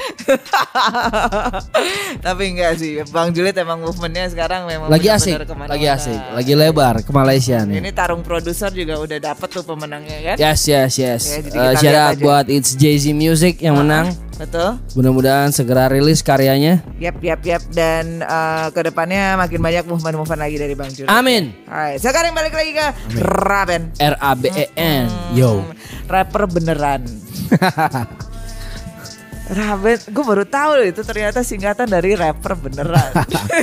Tapi enggak sih, Bang Julid emang movementnya sekarang memang Lagi asik, benar-benar kemana-mana. lagi asik, lagi lebar ke Malaysia nih. Ini tarung produser juga udah dapet tuh pemenangnya kan. Yes yes yes. Ya, jadi Uh, kita shout lihat out aja. buat It's Jay-Z Music yang menang. Betul. Mudah-mudahan segera rilis karyanya. Yap yap yap dan uh, kedepannya makin banyak movement-movement lagi dari Bang Julid. Amin. Alright, sekarang balik lagi ke Raben. R A B E N. Yo. Rapper beneran. Raben, gue baru tahu loh itu ternyata singkatan dari rapper beneran.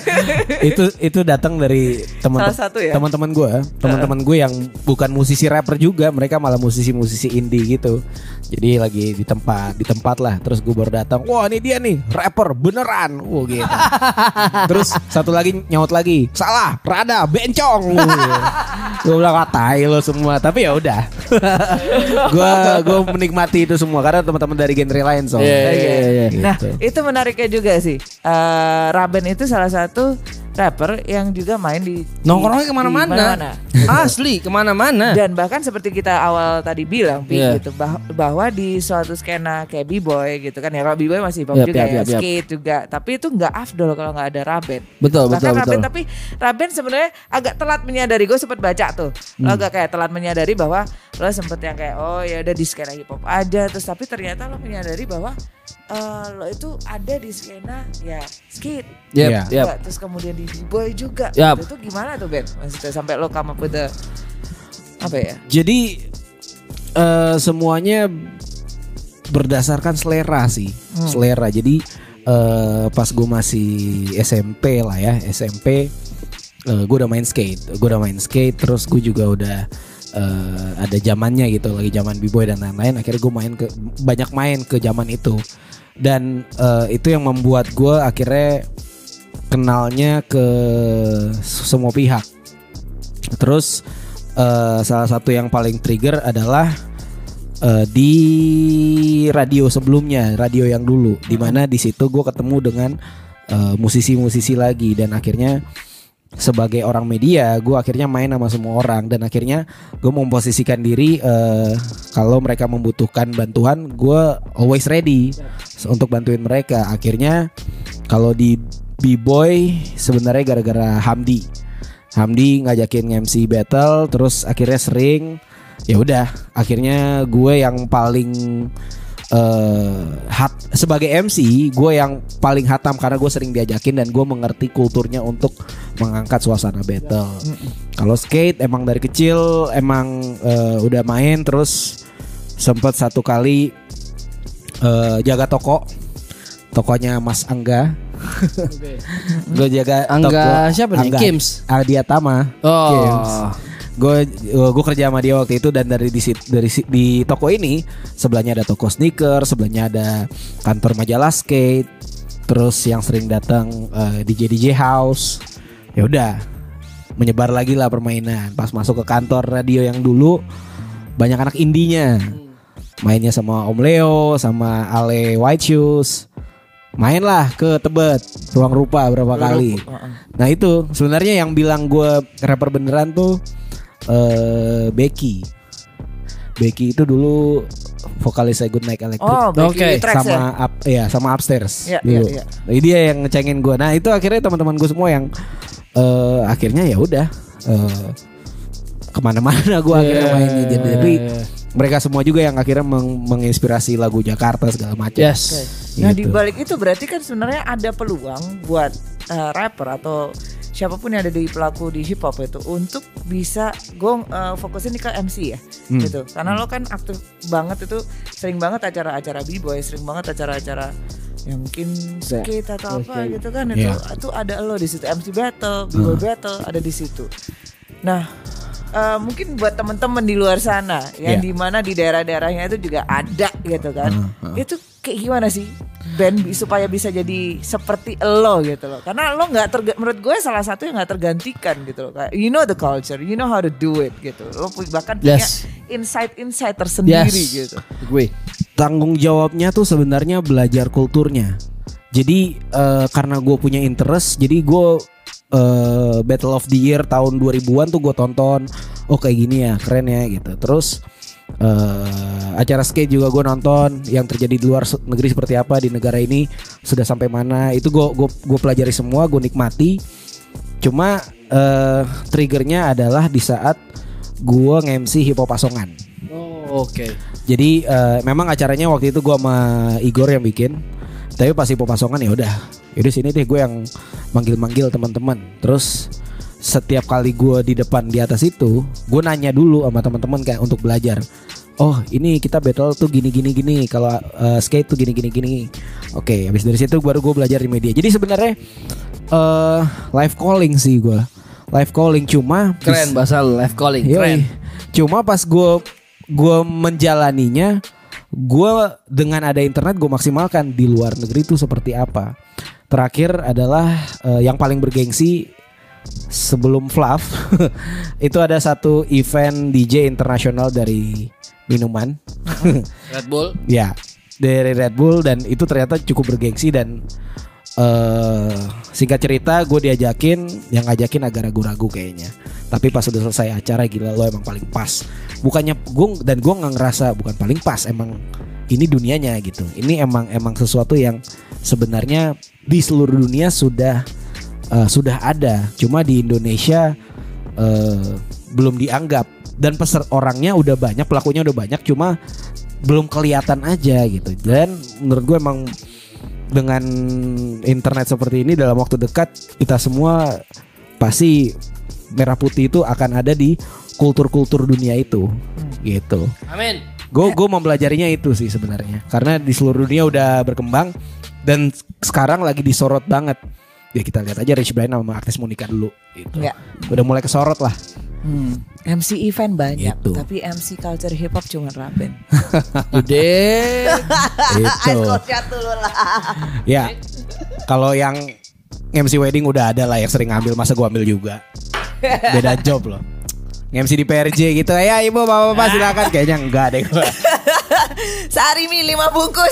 itu itu datang dari teman Salah satu ya? teman-teman gue, teman-teman gue yang bukan musisi rapper juga, mereka malah musisi-musisi indie gitu. Jadi lagi di tempat di tempat lah, terus gue baru datang, wah ini dia nih rapper beneran, wah gitu. Terus satu lagi nyaut lagi, salah, rada bencong. Gue bilang katai lo semua, tapi ya udah. Gue gue menikmati itu semua karena teman-teman dari genre lain soalnya. Yeah, yeah, yeah. Gitu. Nah itu menariknya juga sih. Uh, Raben itu salah satu rapper yang juga main di Nongkrongnya di- kemana-mana. di mana-mana. Asli kemana-mana. Dan bahkan seperti kita awal tadi bilang, Pi, Iya. gitu bah- bahwa di suatu skena kayak b-boy gitu kan ya, kalau b-boy masih pop Yap, juga yap, ya, yap, yap. skate juga, tapi itu nggak afdol kalau nggak ada Raben. Betul, Bahkan betul, Raben, betul. tapi Raben sebenarnya agak telat menyadari, gue sempat baca tuh, lo Hmm. agak kayak telat menyadari bahwa lo sempet yang kayak oh ya udah di skena hip hop aja, terus tapi ternyata lo menyadari bahwa eh, lo itu ada di skena ya skate. Yap, Iya. yap. Juga, terus kemudian di b-boy juga. Yap. Itu tuh gimana tuh Ben? Maksudnya sampai lo come up with the apa ya? Jadi eh, semuanya berdasarkan selera sih, selera. Jadi eh, pas gue masih S M P lah ya, S M P eh, gue udah main skate, gue udah main skate, terus gue juga udah eh, ada zamannya gitu, lagi zaman b-boy dan lain-lain. Akhirnya gue main ke banyak main ke zaman itu, dan eh, itu yang membuat gue akhirnya kenalnya ke semua pihak. Terus eh, salah satu yang paling trigger adalah eh, di radio sebelumnya, radio yang dulu, dimana di situ gue ketemu dengan eh, musisi-musisi lagi, dan akhirnya sebagai orang media gue akhirnya main sama semua orang, dan akhirnya gue memposisikan diri eh, kalau mereka membutuhkan bantuan gue always ready untuk bantuin mereka. Akhirnya kalau di B-boy sebenarnya gara-gara Hamdi. Hamdi ngajakin M C battle, terus akhirnya sering, ya udah akhirnya gue yang paling uh, hat sebagai M C, gue yang paling hatam karena gue sering diajakin dan gue mengerti kulturnya untuk mengangkat suasana battle. Kalau skate emang dari kecil emang uh, udah main, terus sempet satu kali uh, jaga toko, tokonya Mas Angga. Gue jaga Angga siapa nih? Angga Kims? Adiatama. Oh. Gue gue kerja sama dia waktu itu, dan dari di sit- dari si- di toko ini sebelahnya ada toko sneaker, sebelahnya ada kantor majalah skate, terus yang sering datang eh, D J D J house. Ya udah menyebar lagi lah permainan. Pas masuk ke kantor radio yang dulu banyak anak indinya, mainnya sama Om Leo, sama Ale White Shoes. Main lah ke Tebet, Ruang Rupa berapa kali. Nah itu sebenarnya yang bilang gue rapper beneran tuh uh, Becky. Becky itu dulu vokalis Good Night Electric. Oh, Becky Oke, Tracks sama ya. up, ya sama Upstairs Iya, dulu. iya, iya. Nah, dia yang ngecengin gue. Nah itu akhirnya teman-teman gue semua yang uh, akhirnya ya udah uh, kemana-mana gue akhirnya mainnya. Jadi tapi mereka semua juga yang akhirnya meng- menginspirasi lagu Jakarta segala macam. Yes. Oke. Nah Gitu. di balik itu berarti kan sebenarnya ada peluang buat uh, rapper atau siapapun yang ada di pelaku di hip hop itu untuk bisa gue uh, fokusin nih ke M C ya, Hmm. gitu. Karena lo kan aktif banget itu, sering banget acara-acara b-boy, sering banget acara-acara yang mungkin skate atau apa gitu kan itu, Yeah. itu ada lo di situ, M C battle, b-boy Hmm. battle ada di situ. Nah. Uh, mungkin buat temen-temen di luar sana yang Yeah. dimana di daerah-daerahnya itu juga ada gitu kan, Uh, uh. itu kayak gimana sih band bi- supaya bisa jadi seperti lo gitu loh, karena lo nggak terga- menurut gue salah satu yang nggak tergantikan gitu loh, kayak you know the culture, you know how to do it gitu, lo pu- bahkan punya Yes. insight-insight tersendiri Yes. gitu. Gue. Tanggung jawabnya tuh sebenarnya belajar kulturnya. Jadi uh, karena gue punya interest, jadi gue uh, Battle of the Year tahun dua ribuan tuh gue tonton. Oh kayak gini ya, keren ya gitu. Terus uh, acara skate juga gue nonton, yang terjadi di luar se- negeri seperti apa, di negara ini sudah sampai mana. Itu gue gue gue pelajari semua, gue nikmati. Cuma uh, triggernya adalah di saat gue nge-M C Hip Hop Asongan. Oh, oke. Jadi uh, memang acaranya waktu itu gue sama Igor yang bikin. Tapi pas Hip Hop Asongan ya udah, yaudah sini deh gue yang manggil-manggil teman-teman. Terus setiap kali gue di depan di atas itu, gue nanya dulu sama teman-teman kayak untuk belajar. Oh ini kita battle tuh gini gini gini. Kalau uh, skate tuh gini gini gini. Oke, habis dari situ baru gue belajar di media. Jadi sebenarnya uh, live calling sih gue, live calling cuma Keren bahasa lu, live calling. Yoi. Keren. Cuma pas gue gue menjalaninya, gue dengan ada internet gue maksimalkan di luar negeri itu seperti apa. Terakhir adalah uh, yang paling bergengsi sebelum Fluff itu ada satu event D J internasional dari minuman. Red Bull. Ya, dari Red Bull, dan itu ternyata cukup bergengsi. Dan uh, singkat cerita gue diajakin, yang ngajakin agak ragu-ragu kayaknya. Tapi pas udah selesai acara, gila lo emang paling pas. Bukannya gue, dan gue nggak ngerasa bukan paling pas, emang ini dunianya gitu. Ini emang emang sesuatu yang sebenarnya di seluruh dunia sudah uh, sudah ada. Cuma di Indonesia uh, belum dianggap. Dan peser orangnya udah banyak, pelakunya udah banyak, cuma belum kelihatan aja gitu. Dan menurut gue emang dengan internet seperti ini dalam waktu dekat kita semua pasti merah putih itu akan ada di kultur-kultur dunia itu, gitu. Amin. Gue gue mempelajarinya itu sih sebenarnya, karena di seluruh dunia udah berkembang dan sekarang lagi disorot banget. Ya kita lihat aja Rich Brian sama artis Monica dulu, gitu. Ya. Udah mulai kesorot lah. Hmm. M C event banyak, Gitu. tapi M C culture hip hop cuma Raben. Udah. Itu. Ya, kalau yang M C wedding udah ada lah yang sering ngambil, masa gua ambil juga. Beda job loh. M C di P R J gitu, ya ibu bapak-bapak silakan. Kayaknya enggak deh gua. Sehari mie lima bungkus.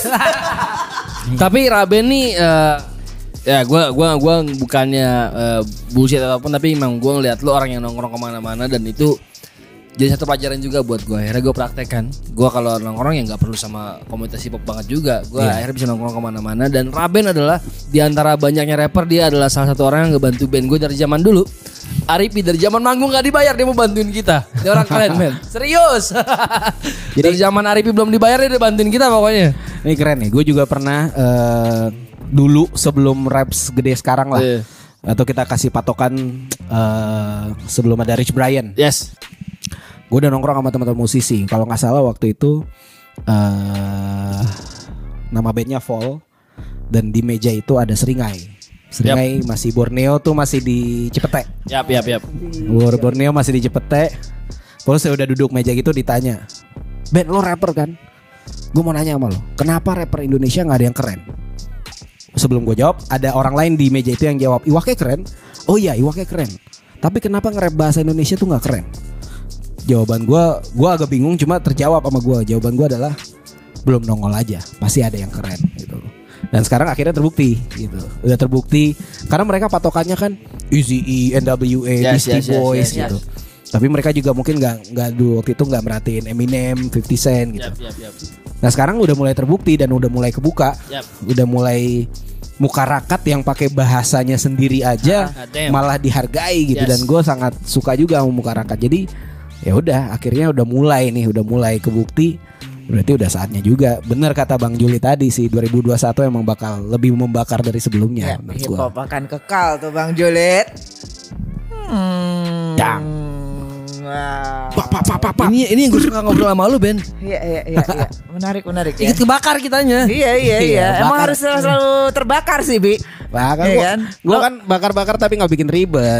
Tapi Raben nih eh, ya gue gua gua bukannya eh, bullshit apapun, tapi emang gue ngeliat lu orang yang nongkrong kemana-mana, dan itu jadi satu pelajaran juga buat gue. Akhirnya gue praktekkan. Gue kalau nongkrong ya nggak perlu sama komunitas hip hop banget juga. Gue Iya. akhirnya bisa nongkrong kemana-mana. Dan Raben adalah di antara banyaknya rapper, dia adalah salah satu orang yang ngebantu band gue dari zaman dulu. Aripi dari zaman manggung gak dibayar, dia mau bantuin kita. Dia orang keren men. Serius. Jadi dari zaman Aripi belum dibayar, dia udah bantuin kita pokoknya. Ini keren nih. Gue juga pernah eh, dulu sebelum rap gede sekarang lah. Iya. Atau kita kasih patokan eh, sebelum ada Rich Brian. Yes. Gue udah nongkrong sama teman-teman musisi. Kalau nggak salah waktu itu uh, nama bandnya Fall, dan di meja itu ada Seringai. Seringai masih Borneo tuh masih di Cipete. Yap yap yap. Bor- Borneo masih di Cipete. Terus saya udah duduk meja gitu, ditanya, Ben lo rapper kan? Gue mau nanya sama lo, kenapa rapper Indonesia nggak ada yang keren? Sebelum gue jawab, ada orang lain di meja itu yang jawab, Iwake keren. Oh iya Iwake keren. Tapi kenapa nge-rap bahasa Indonesia tuh nggak keren? Jawaban gue, gue agak bingung, cuma terjawab sama gue. Jawaban gue adalah belum nongol aja, pasti ada yang keren gitu. Dan sekarang akhirnya terbukti gitu, udah terbukti karena mereka patokannya kan Eazy-E, N W A, Yes, Beastie yes, yes, Boys yes, yes. gitu. Tapi mereka juga mungkin nggak nggak dulu waktu itu nggak merhatiin Eminem, fifty Cent gitu. Yap, yap, yap. Nah sekarang udah mulai terbukti dan udah mulai kebuka, Yap. udah mulai mukarakat yang pakai bahasanya sendiri aja Ah, damn. malah dihargai gitu. Yes. Dan gue sangat suka juga sama mukarakat. Jadi ya udah akhirnya udah mulai nih, udah mulai kebukti. Berarti udah saatnya juga. Bener kata Bang Juli tadi sih, dua ribu dua puluh satu emang bakal lebih membakar dari sebelumnya Ya, menurut hip gua. hop akan kekal tuh Bang Julit. Hmm. Dang. Wah. Pak, pak, pak, pak, pak. Ini ini yang gue suka ngobrol sama lu, Ben. Iya iya iya iya. Menarik menarik ya. Ikut kebakar kitanya. Iya iya iya. Iya, Emang bakar. harus selalu, selalu terbakar sih, Bi. Bakar Iya gua, kan? gua kan bakar-bakar tapi nggak bikin ribet.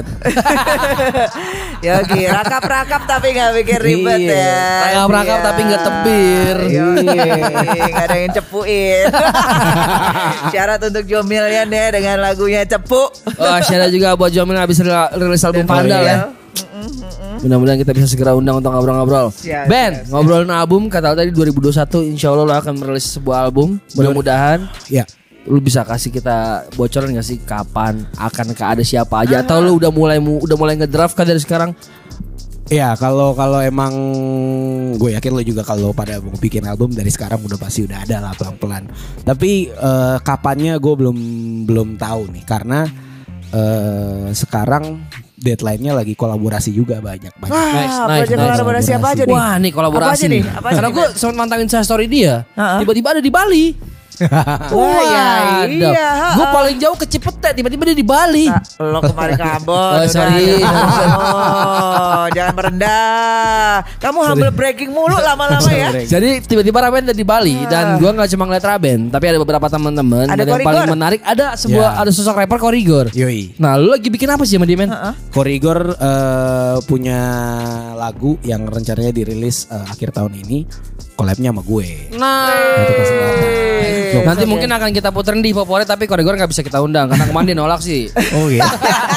Yogi, rakap-rakap tapi gak bikin ribet Iya. ya. Rakap-rakap Iya. tapi nggak tebir. Yogi, gak ada yang cepuin. Syarat untuk Jomilnya deh dengan lagunya Cepu. Oh, share juga buat Jomil habis ril- rilis album Pandal ya. Mudah-mudahan kita bisa segera undang untuk ngobrol-ngobrol. Siap, Ben, siap, siap. ngobrolin album, kata lu tadi dua ribu dua puluh satu insya Allah lo akan merilis sebuah album. Mudah-mudahan Ya. lu bisa kasih kita bocoran gak sih kapan akan ada siapa aja atau lu udah mulai mu- udah mulai ngedraft kan dari sekarang? Ya kalau kalau emang gue yakin lo juga kalau pada mau bikin album dari sekarang udah pasti udah ada lah pelan-pelan. Tapi eh, kapannya gue belum belum tahu nih karena eh, sekarang deadline-nya lagi kolaborasi juga banyak banyak. Wah, Nice, apa nice, aja nice. kolaborasi apa aja nih? Wah nih kolaborasi Apa aja nih? Apa aja Karena nih, gue Ben? sempat mantangin story dia, Ha-ha. tiba-tiba ada di Bali. Wah, ya iya. Gue paling jauh ke Cipete, tiba-tiba dia di Bali. Nah, lo kemarin ke Ambon. Oh, udah. sorry. Oh, jangan merendah. Kamu humble breaking mulu lama-lama ya. Jadi tiba-tiba Raben ada di Bali dan gue nggak cuma ngeliat Raben, tapi ada beberapa teman-teman. Ada Dan yang Korigor. paling menarik ada sebuah Ya. ada sosok rapper Korigor. Yoi. Nah, lu lagi bikin apa sih sama dia, men? Korigor eh, punya lagu yang rencananya dirilis eh, akhir tahun ini, collab-nya sama gue. Nah, Satu kesempatan. nanti mungkin akan kita puterin di favorit tapi Korigor nggak bisa kita undang karena kemarin dia nolak sih. Oh iya.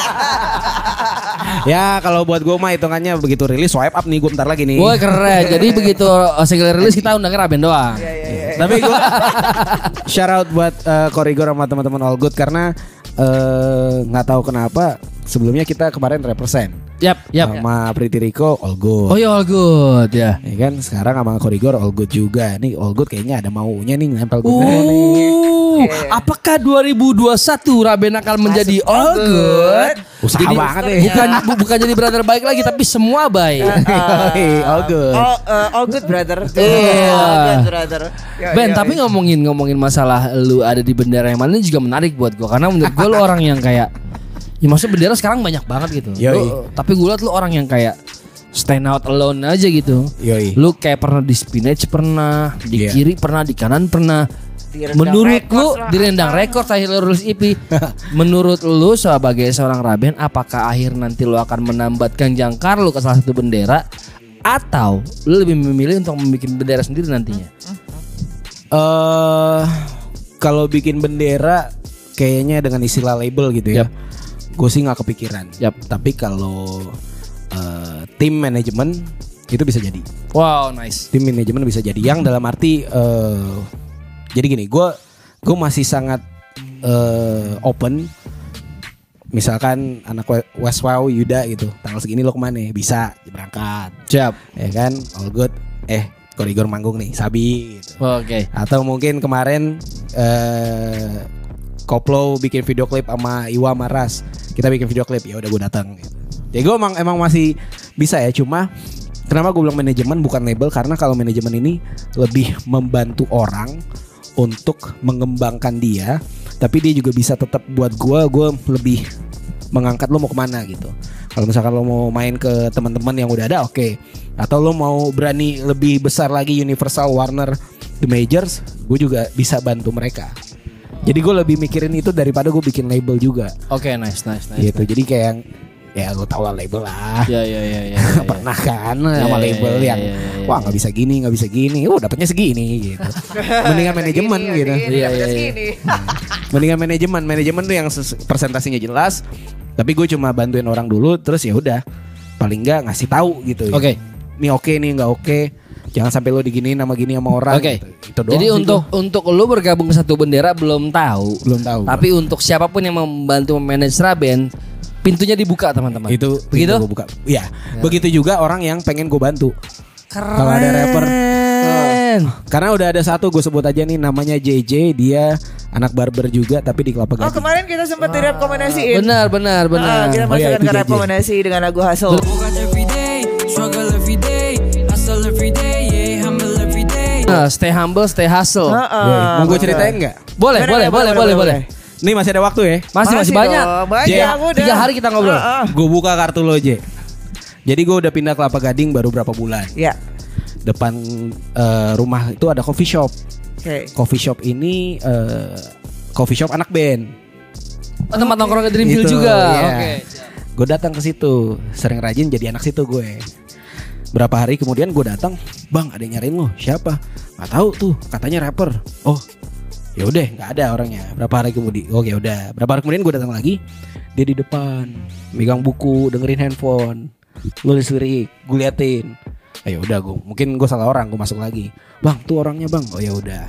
Ya kalau buat gue mah hitungannya begitu rilis swipe up nih gue bentar lagi nih. Woi keren. Jadi begitu uh, single rilis kita undangnya Raben doang. Tapi gue shout out buat uh, Korigor sama teman-teman All Good karena eh, nggak tahu kenapa sebelumnya kita kemarin represent Yap, yap. sama Pretty Rico All Good. Oh ya all good ya. Ya kan sekarang sama Korigor All Good juga. Nih All Good kayaknya ada maunya nih nempel gue nih. Uh, apakah dua ribu dua puluh satu Raben akan menjadi Masuk all all good? Usaha Jadi, banget nih. Bukan bu- bukan jadi brother baik lagi tapi semua baik. All Good. All, uh, all good brother. Iya. All good brother. Yo, Ben, yo, tapi yo. ngomongin ngomongin masalah lu ada di bendera yang mana ini juga menarik buat gua karena menurut gua lu orang yang kayak ya maksudnya bendera sekarang banyak banget gitu. Yoi. Lu- tapi gua liat lu orang yang kayak stand out alone aja gitu. Yoi. Lu kayak pernah di spinach pernah, di Iya. kiri pernah, di kanan pernah. Direndang Menurut records lu lah. direndang rekor terakhir lu rilis E P. Menurut lu sebagai seorang Raben apakah akhir nanti lu akan menambatkan jangkar lu ke salah satu bendera atau lu lebih memilih untuk membuat bendera sendiri nantinya? Eh kalau bikin bendera kayaknya dengan istilah label gitu ya. Yap. Gue sih nggak kepikiran. Yap. Tapi kalau eh, tim manajemen itu bisa jadi. Wow, nice. Tim manajemen bisa jadi. Yang dalam arti eh, jadi gini, gue gue masih sangat eh, open. Misalkan anak We- Westwow Yuda gitu, tanggal segini lo kemana? Bisa berangkat, Siap. ya kan? All good. Eh, Korigor manggung nih, Sabi. Gitu. Oke. Atau mungkin kemarin eh Koplo bikin video klip sama Iwa Maras. Kita bikin video klip, ya udah gue datang gitu. Ya gue emang emang masih bisa ya, cuma kenapa gue bilang manajemen bukan label karena kalau manajemen ini lebih membantu orang untuk mengembangkan dia, tapi dia juga bisa tetap buat gue gue lebih mengangkat lo mau kemana gitu. Kalau misalkan lo mau main ke teman-teman yang udah ada, oke. Atau lo mau berani lebih besar lagi Universal, Warner, The Majors, gue juga bisa bantu mereka. Jadi gue lebih mikirin itu daripada gue bikin label juga. Oke, nice, nice, nice. Gitu. Jadi kayak yang ya lo tau lah label lah. Ya, ya, ya, ya. Pernah kan Ya, sama ya, label ya, yang ya, ya, ya, wah nggak bisa gini nggak bisa gini, oh dapatnya segini gitu. Mendingan manajemen Segini, gitu. segini, Iya, dapetnya iya, iya. segini. Mendingan manajemen, manajemen tuh yang ses- presentasinya jelas. Tapi gue cuma bantuin orang dulu, terus ya udah paling nggak ngasih tahu gitu. Oke. Ini oke nih nggak oke. Jangan sampai lo diginiin sama gini sama orang. Oke. Gitu. Itu doang Jadi sih untuk untuk lu bergabung ke satu bendera belum tahu. Belum tahu. Tapi untuk siapapun yang membantu memanage Raben, pintunya dibuka teman-teman. Itu begitu. gue buka. Iya. Begitu juga orang yang pengen gue bantu. Kalau ada rapper. Karena udah ada satu gue sebut aja nih namanya J J, dia anak barber juga tapi di Kelapa Oh Gading. kemarin kita sempat direkomendasiin. Benar benar benar. Ah, kita Oh, iya, masukkan itu ke J J. rekomendasi dengan lagu Hustle. Nah, stay humble, stay hustle. Heeh. Mau gue ceritain nggak? Boleh, boleh, boleh, boleh, boleh. Nih masih ada waktu ya. Masih masih banyak. dong, banyak J, udah. Tiga hari kita ngobrol. Heeh. Gue buka kartu lo J. Jadi gue udah pindah Kelapa Gading baru berapa bulan. Ya. Depan eh, rumah itu ada coffee shop. Oke. Coffee shop ini eh, coffee shop anak band. Oh, tempat nongkrong ke Dreamville Itu, juga. iya. Oke. Gue datang ke situ, sering rajin jadi anak situ gue. Berapa hari kemudian gue datang, bang ada yang nyariin lo, siapa? Gak tahu tuh, katanya rapper. Oh, ya udah, nggak ada orangnya. Berapa hari kemudian, oke udah. Berapa hari kemudian gue datang lagi, dia di depan, megang buku, dengerin handphone, nulis lirik, gue liatin. Eh udah gue, mungkin gue salah orang, gue masuk lagi. Bang, tuh orangnya bang. Oh ya udah.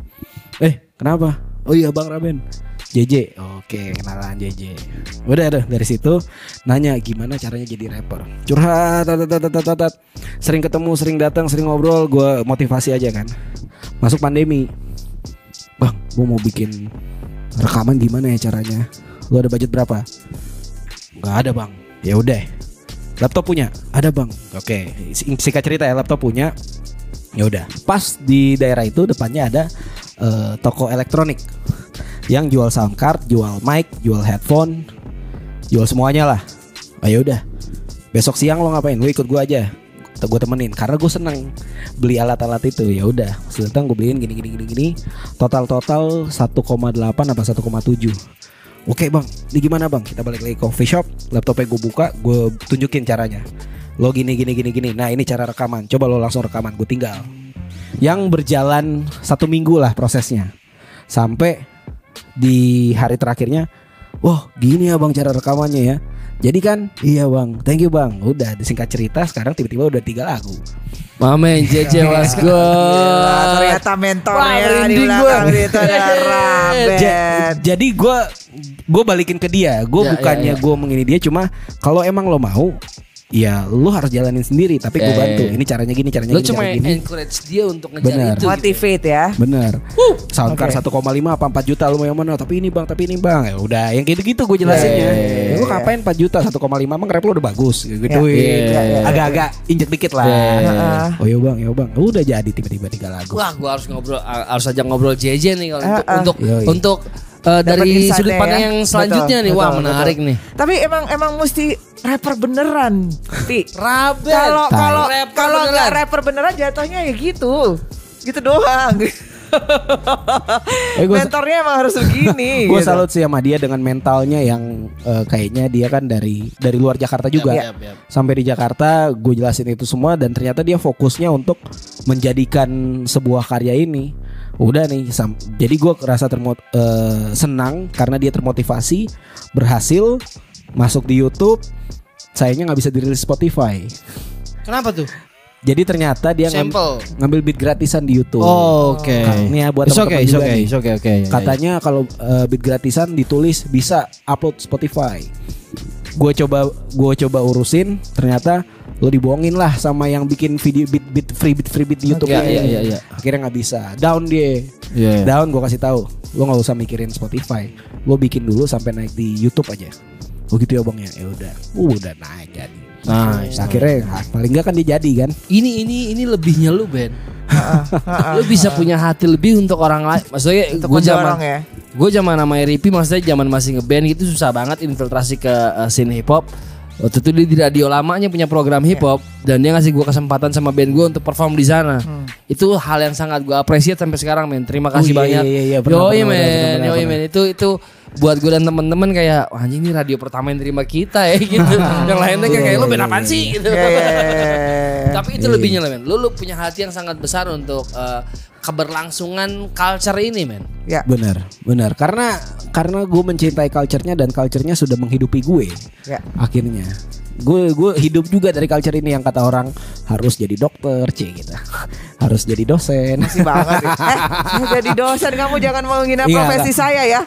Eh, kenapa? Oh iya bang Raben. J J, oke kenalan J J. Udah ada dari situ nanya gimana caranya jadi rapper. Curhat, tat, tat, tat, tat, tat. Sering ketemu, sering datang, sering ngobrol. Gue motivasi aja kan. Masuk pandemi, bang, gue mau bikin rekaman gimana ya caranya? Lu ada budget berapa? Gak ada bang. Ya udah. Laptop punya? Ada bang. Oke, singkat cerita ya laptop punya. Ya udah. Pas di daerah itu depannya ada uh, toko elektronik yang jual sound card, jual mic, jual headphone, jual semuanya lah. Oh ya udah. Besok siang lo ngapain? Lo ikut gue aja. Gue temenin karena gue seneng beli alat-alat itu. Ya udah. Sedang gue beliin gini gini gini gini. Total total satu koma delapan apa satu koma tujuh. Oke bang, ini gimana bang? Kita balik lagi ke coffee shop. Laptopnya gue buka, gue tunjukin caranya. Lo gini gini gini gini. Nah ini cara rekaman. Coba lo langsung rekaman. Gue tinggal. Yang berjalan satu minggu lah prosesnya. Sampai di hari terakhirnya, wah gini ya bang cara rekamannya ya. Jadi kan, iya bang, thank you bang. Udah disingkat cerita, sekarang tiba-tiba udah tiga lagu. Mamen J J was good. Gila, ternyata mentornya Wah, di merinding belakang gua. itu ada Raben. Ja- jadi gue gue balikin ke dia. Gue Ya, bukannya ya, ya. gue mengini dia, cuma kalau emang lo mau, ya lo harus jalanin sendiri. Tapi gue Ya, ya, bantu. ya. Ini caranya gini, caranya Lo gini, cuma caranya gini. encourage dia untuk ngejar Benar. itu. gitu. Motivate ya. Bener. Soundcard Oke. satu koma lima apa empat juta lu mau yang mana? Tapi ini bang, tapi ini bang. Ya udah, yang gitu-gitu gue jelasinnya. Ya, ya, ya, Ya, lu ngapain empat juta satu koma lima emang rap lu udah bagus gitu. Ya, ya, ya, Agak-agak injek dikit lah. Ya, ya, ya. Oh iya bang, ya bang. Udah jadi tiba-tiba tiga lagu. Wah, gua harus ngobrol, harus aja ngobrol J J nih kalau Ah, untuk ah. untuk Yoi. untuk uh, Dapat dari insight-nya sudut pandang ya. yang selanjutnya Betul, nih. Wah, betul, menarik betul. nih. Tapi emang emang mesti rapper beneran, Pi. Raben. Kalau Tai. kalau Rapper kalau nggak beneran. rapper beneran jatuhnya ya gitu, gitu doang. Eh, gua- Mentornya emang harus begini. Gue gitu. salut sih sama dia dengan mentalnya yang eh, kayaknya dia kan dari dari luar Jakarta juga. Yap, yap, yap. Sampai di Jakarta gue jelasin itu semua dan ternyata dia fokusnya untuk menjadikan sebuah karya ini. Udah nih, sam- jadi gue kerasa termot eh, senang karena dia termotivasi, berhasil masuk di YouTube. Sayangnya nggak bisa dirilis Spotify. Kenapa tuh? Jadi ternyata dia ngam- Sampel. ngambil beat gratisan di YouTube. Oh, oke. Ini ya buat It's teman-teman okay, it's juga okay, nih. it's okay, oke. Katanya kalau uh, beat gratisan ditulis bisa upload Spotify. Gue coba gue coba urusin, ternyata lo dibohongin lah sama yang bikin video beat beat free beat free beat di YouTube. Iya, ini. iya, iya, iya. Akhirnya nggak bisa. Down dia. Iya. Down gue kasih tahu. Lo nggak usah mikirin Spotify. Lo bikin dulu sampai naik di YouTube aja. Oh gitu ya bang ya. Ya udah. Uh, udah naik jadi. Nice. Akhirnya ah, paling nggak kan dia jadi kan. Ini ini ini lebihnya lu Ben. Lu bisa punya hati lebih untuk orang lain. Maksudnya Untuk gue zaman mendorong ya. gue zaman nama Ripi, maksudnya zaman masih ngeband gitu susah banget infiltrasi ke uh, scene hip hop. Waktu itu dia di radio lamanya punya program hip hop dan dia ngasih gue kesempatan sama band gue untuk perform di sana. Itu hal yang sangat gue apresiat sampai sekarang men. Terima kasih Oh, iya, banyak. iya, iya, pernah, Yoi pernah, men, pernah, pernah, yoi pernah. men. Itu itu buat gue dan temen-temen kayak wah anjing ini radio pertama yang terima kita ya gitu. Yang lainnya kayak, kayak lu band apaan sih gitu. Iya, iya, iya, iya. Tapi itu lebihnya lah men. Lu, lu punya hati yang sangat besar untuk uh, keberlangsungan culture ini men. Ya. Benar, benar. Karena karena gue mencintai culture-nya dan culture-nya sudah menghidupi gue. Ya. Akhirnya gue gue hidup juga dari culture ini yang kata orang harus jadi dokter, c gitu. Harus jadi dosen. Masih banget. ya. Eh, saya jadi dosen, kamu jangan menghina Iya, profesi enggak. saya ya.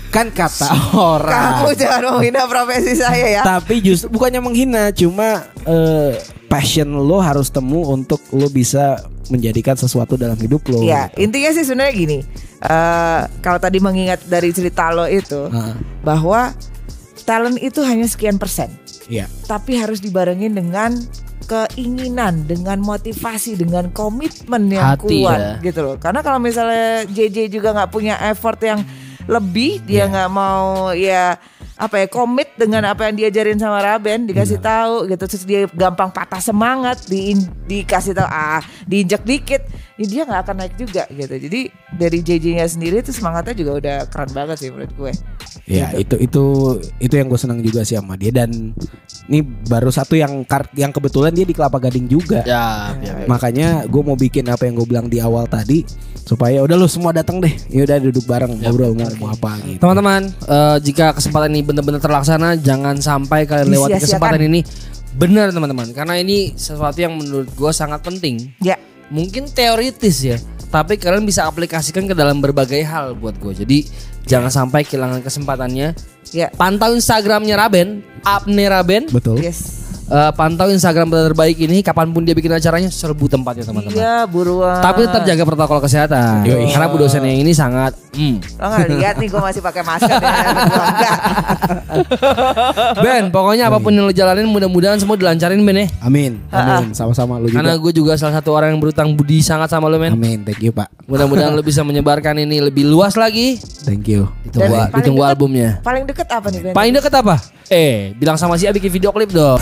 Kan kata orang. Kamu jangan menghina profesi saya ya. Tapi justru bukannya menghina, cuma eh, passion lo harus temu untuk lo bisa menjadikan sesuatu dalam hidup lo. Ya, gitu. intinya sih sebenarnya gini. Uh, kalau tadi mengingat dari cerita lo itu, Heeh. bahwa talent itu hanya sekian persen, Iya. tapi harus dibarengin dengan keinginan, dengan motivasi, dengan komitmen yang Hati, kuat, ya. gitu loh. Karena kalau misalnya J J juga nggak punya effort yang lebih, dia nggak mau ya apa ya komit dengan apa yang diajarin sama Raben, dikasih tahu gitu, terus dia gampang patah semangat, di dikasih tahu ah diinjak dikit, ya dia nggak akan naik juga gitu. Jadi dari J J-nya sendiri itu semangatnya juga udah keren banget sih menurut gue. Ya itu itu itu yang gue senang juga sih sama dia, dan ini baru satu yang kar- yang kebetulan dia di Kelapa Gading juga. Ya, ya, ya. Makanya gue mau bikin apa yang gue bilang di awal tadi, supaya udah lu semua datang deh, ya udah duduk bareng ngobrol mau, mau apa gitu. Teman-teman, eh, jika kesempatan ini benar-benar terlaksana, jangan sampai kalian lewati Disia-siakan. kesempatan ini. Benar teman-teman, karena ini sesuatu yang menurut gue sangat penting. Ya, Mungkin teoritis ya, tapi kalian bisa aplikasikan ke dalam berbagai hal buat gue. Jadi jangan sampai kehilangan kesempatannya. ya, Pantau Instagramnya Raben, Apne Raben. Betul. yes. Eh, pantau Instagram terbaik ini, kapanpun dia bikin acaranya, serbu tempatnya teman-teman. Iya buruan. Tapi tetap jaga protokol kesehatan. Yoi. Karena Bu dosen yang ini sangat hmm. Lo nggak lihat nih gue masih pakai masker ya. Enggak. Ben, pokoknya apapun yang lo jalanin mudah-mudahan semua dilancarin Ben ya. Amin, amin, sama-sama lu juga. Karena gue juga salah satu orang yang berutang budi sangat sama lo men. Amin, thank you Pak, Mudah-mudahan lo bisa menyebarkan ini lebih luas lagi. thank you. Ditunggu, Dan paling ditunggu deket- albumnya. Paling deket apa nih Ben? Paling deket apa? Eh, bilang sama si A bikin video klip dong.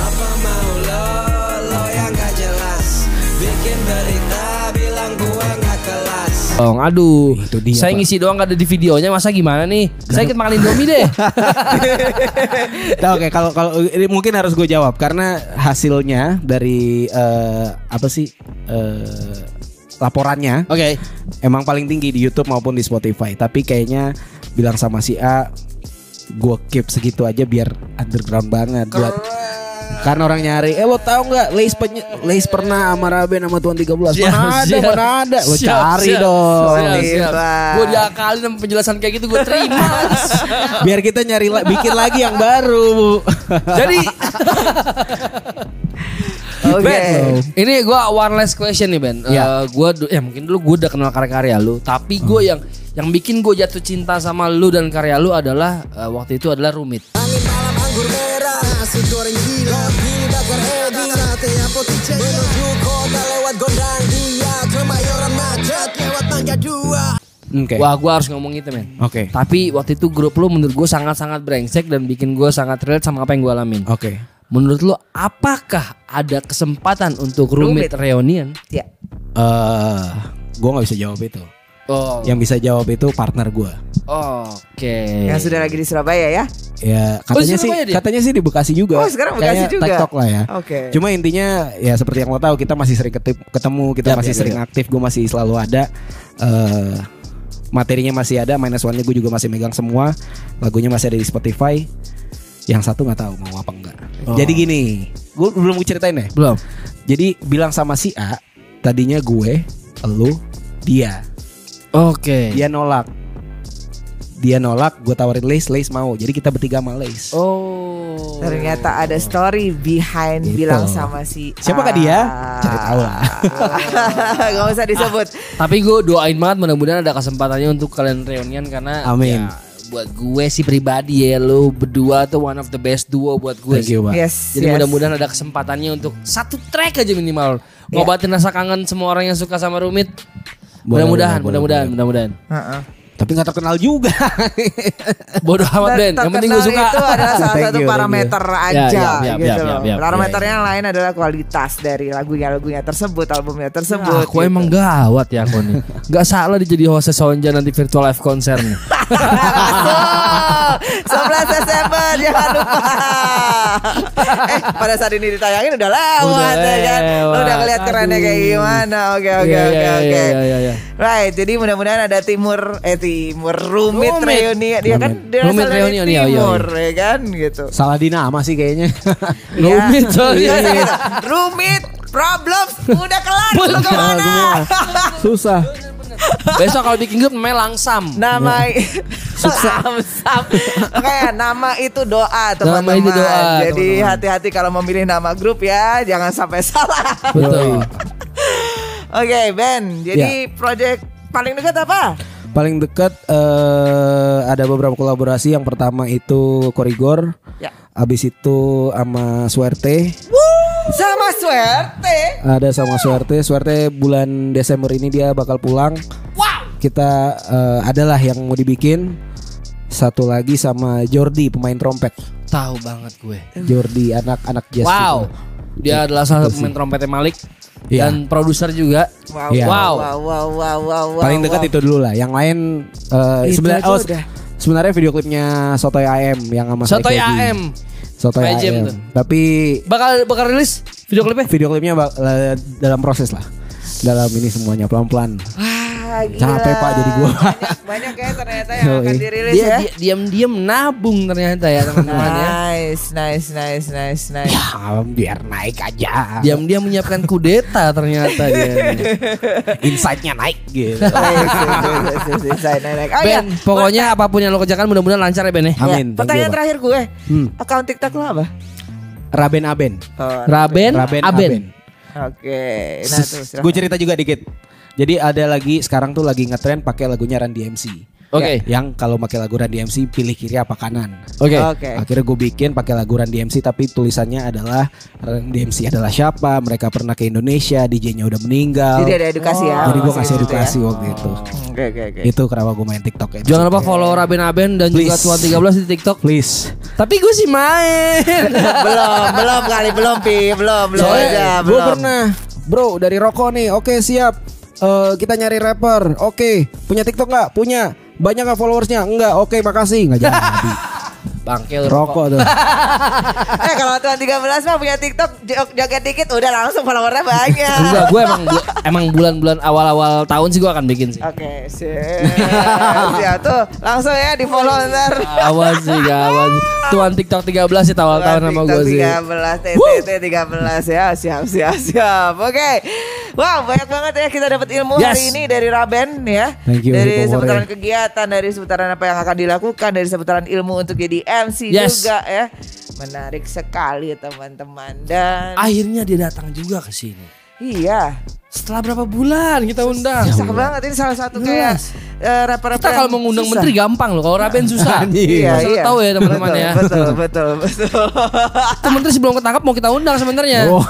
Oh, aduh, Itu dia, saya Pak. ngisi doang gak ada di videonya, masa gimana nih? Saya ikut makan Indomie deh. Nah, oke, kalau kalau ini mungkin harus gue jawab karena hasilnya dari eh, apa sih eh, laporannya Oke. emang paling tinggi di YouTube maupun di Spotify. Tapi kayaknya bilang sama si A, gue keep segitu aja biar underground banget. Buat karena orang nyari, eh lo tahu nggak Lace penye- Lace pernah sama Raben sama Tuan tiga belas? Mana ada, mana ada. Lo Siap, cari siap. dong. Siap, siap. Gila. Gue diakalin sama penjelasan kayak gitu gue terima. Biar kita nyari la- bikin lagi yang baru. Jadi Oke. Ben, ini gue one last question nih Ben. Ya. Eh, gua du- ya mungkin dulu gue udah kenal karya-karya lu, tapi gue yang yang bikin gue jatuh cinta sama lu dan karya lu adalah eh, waktu itu adalah Rumit. Oke. Wah, gue harus ngomong itu men. Oke. Tapi waktu itu grup lu menurut gue sangat-sangat brengsek dan bikin gue sangat relate sama apa yang gue alamin. Oke. Menurut lu apakah ada kesempatan untuk Rumit, Rumit. reunion? Ya. Eh, gue nggak bisa jawab itu. Oh, Yang bisa jawab itu partner gue. oke. Yang sudah lagi di Surabaya ya. Ya katanya sih, Surabaya dia? katanya sih di Bekasi juga. Oh, sekarang Bekasi Kayaknya juga? TikTok lah ya. Oke. Cuma intinya ya seperti yang lo tahu, kita masih sering ketip- ketemu, kita Yap, masih yap, sering yap. aktif, gue masih selalu ada. Eh, materinya masih ada, minus one-nya gue juga masih megang semua, lagunya masih ada di Spotify. Yang satu nggak tahu mau apa enggak. Jadi gini, gue belum gue ceritain ya. Belum. Jadi bilang sama si A, tadinya gue, elu, dia. Oke. Dia nolak. Dia nolak, gue tawarin Lace, Lace mau. Jadi kita bertiga sama Lace. Oh. Ternyata ada story behind Gitu. bilang sama si Siapakah A. dia? Cari tahu lah. Gak usah disebut. Tapi gue doain banget mudah-mudahan ada kesempatannya untuk kalian reunian karena Amin. ya, buat gue sih pribadi ya lu berdua tuh one of the best duo buat gue. Thank you, Pak. Yes. Jadi yes. mudah-mudahan ada kesempatannya untuk satu track aja minimal ngobatin rasa kangen semua orang yang suka sama Rumit. Boleh, Mudah-mudahan, boleh, mudah-mudahan, boleh. mudah-mudahan. Heeh. Tapi gak terkenal juga. Bodoh amat Ben, yang penting gue Terkenal suka. itu adalah salah Thank satu you, parameter Ya, aja ya, ya, gitu ya, loh. ya, ya, Parameter ya, yang lain adalah kualitas dari lagunya-lagunya tersebut, albumnya tersebut. Aku emang gawat ya aku nih. Gak salah dia jadi host Sonja nanti virtual live concert nih. sebelas Desember jangan lupa. eh pada saat ini ditayangin udah lewat Udah ya kan. Lu lewat. udah ngeliat kerennya kayak Aduh. gimana. Oke oke Iya, oke iya, oke. iya, iya, iya. Right, jadi mudah-mudahan ada Timur eh Timur Rumit, Rumit. reuni. Dia kan dia Rumit asal dari reunion, iya, iya, Timur ya kan gitu. Salah di nama sih kayaknya. Rumit, Ya. sorry. Iya, gitu. Rumit problem udah kelar lu kemana? Susah. Besok kalau bikin grup namanya Langsam. Nama Sukses. Lamsam. Oke, nama itu doa teman-teman. Nama itu doa, Jadi teman-teman. hati-hati kalau memilih nama grup ya, jangan sampai salah. Betul. Oke, Ben. Jadi project paling dekat apa? Paling dekat eh, ada beberapa kolaborasi. Yang pertama itu Korigor. Ya. Abis itu sama Suerte. Sama Suerte. Ada sama Suerte. Suerte bulan Desember ini dia bakal pulang. Wow. Kita eh, adalah yang mau dibikin. Satu lagi sama Jordi pemain trompet. Tahu banget gue. Jordi anak-anak jazz. Wow. gitu. Dia adalah salah satu Betul pemain sih. trompetnya Malik Iya. dan produser juga. Wow, Iya. wow, wow, wow, wow, wow, Paling dekat wow. itu dulu lah. Yang lain eh, Itu sebenarnya aja oh, udah. sebenarnya video klipnya Sotoy A M yang sama Sotoy Saifedi. A M. Sotoy A Kayak jam M. tuh. Tapi Bakal bakal rilis video klipnya? video klipnya bak- la- dalam proses lah. Dalam ini semuanya pelan-pelan. Ah, gila. Capek, Pak, jadi gua. Banyak, banyak ya ternyata yang akan Yoi. dirilis Dia, ya. dia diam-diam nabung ternyata ya teman-teman ya. Nice, nice, nice, nice, nice. Ya, biar naik aja. Diam-diam menyiapkan kudeta ternyata dia. Insight-nya naik gitu. Oh, Ben, iya. pokoknya apapun yang lo kerjakan mudah-mudahan lancar ya Ben ya. Ya, Amin. Thank pertanyaan you, Pak. terakhir gue, Hmm. account TikTok lo apa? Raben Aben. Oh, Raben, Raben Aben. Oke, nah tuh silakan. Gue cerita juga dikit. Jadi ada lagi sekarang tuh lagi ngetren pakai lagunya Run D M C. Oke. Yang kalau pakai lagu Run D M C pilih kiri apa kanan. Oke. Oke. Akhirnya gue bikin pakai lagu Run D M C tapi tulisannya adalah Run D M C adalah siapa, mereka pernah ke Indonesia, D J-nya udah meninggal. Jadi ada edukasi ya. Jadi gue masih kasih gitu edukasi ya. waktu itu. Oke, oke, oke. Itu kenapa gue main TikTok ya. Jangan lupa follow Raben Aben dan juga Please. Tuan tiga belas di TikTok. Please. Tapi gue sih main. belum, belum kali, belum Pi, belum, belum aja, gue belum. pernah, bro dari rokok nih. Oke siap. Eh, kita nyari rapper. Oke, punya TikTok nggak? Punya. Banyak nggak followersnya? Enggak. Oke, makasih. Nggak jadi. Bangkel Rokok tuh. Eh kalau Tuan tiga belas mah punya TikTok jog- joget dikit udah langsung followernya banyak. Enggak, gue emang bu- emang bulan-bulan awal-awal tahun sih gue akan bikin sih. Oke, siap. Siap tuh. Langsung ya di follow ntar. Awas sih, awas. Tuan TikTok tiga belas sih awal-tahun nama gue sih. tiga belas T T T tiga belas ya. Siap, siap, siap. Oke. Wow, banyak banget ya kita dapat ilmu Yes. hari ini dari Raben ya. Thank you, Dari Hippo seputaran More. kegiatan, dari seputaran apa yang akan dilakukan, dari seputaran ilmu untuk jadi M C Yes. juga ya. Menarik sekali teman-teman. Dan Akhirnya dia datang juga ke sini. iya. Setelah berapa bulan kita undang? Susah banget ini salah satu kayak eh, rapper-rapper Kita kalau yang mau ngundang susah. menteri gampang loh. Kalau Raben susah. Iya, Asal iya. tahu ya teman-teman Betul, ya. Betul, betul, betul. Itu menteri sebelum ketangkap mau kita undang sebenarnya. Oh,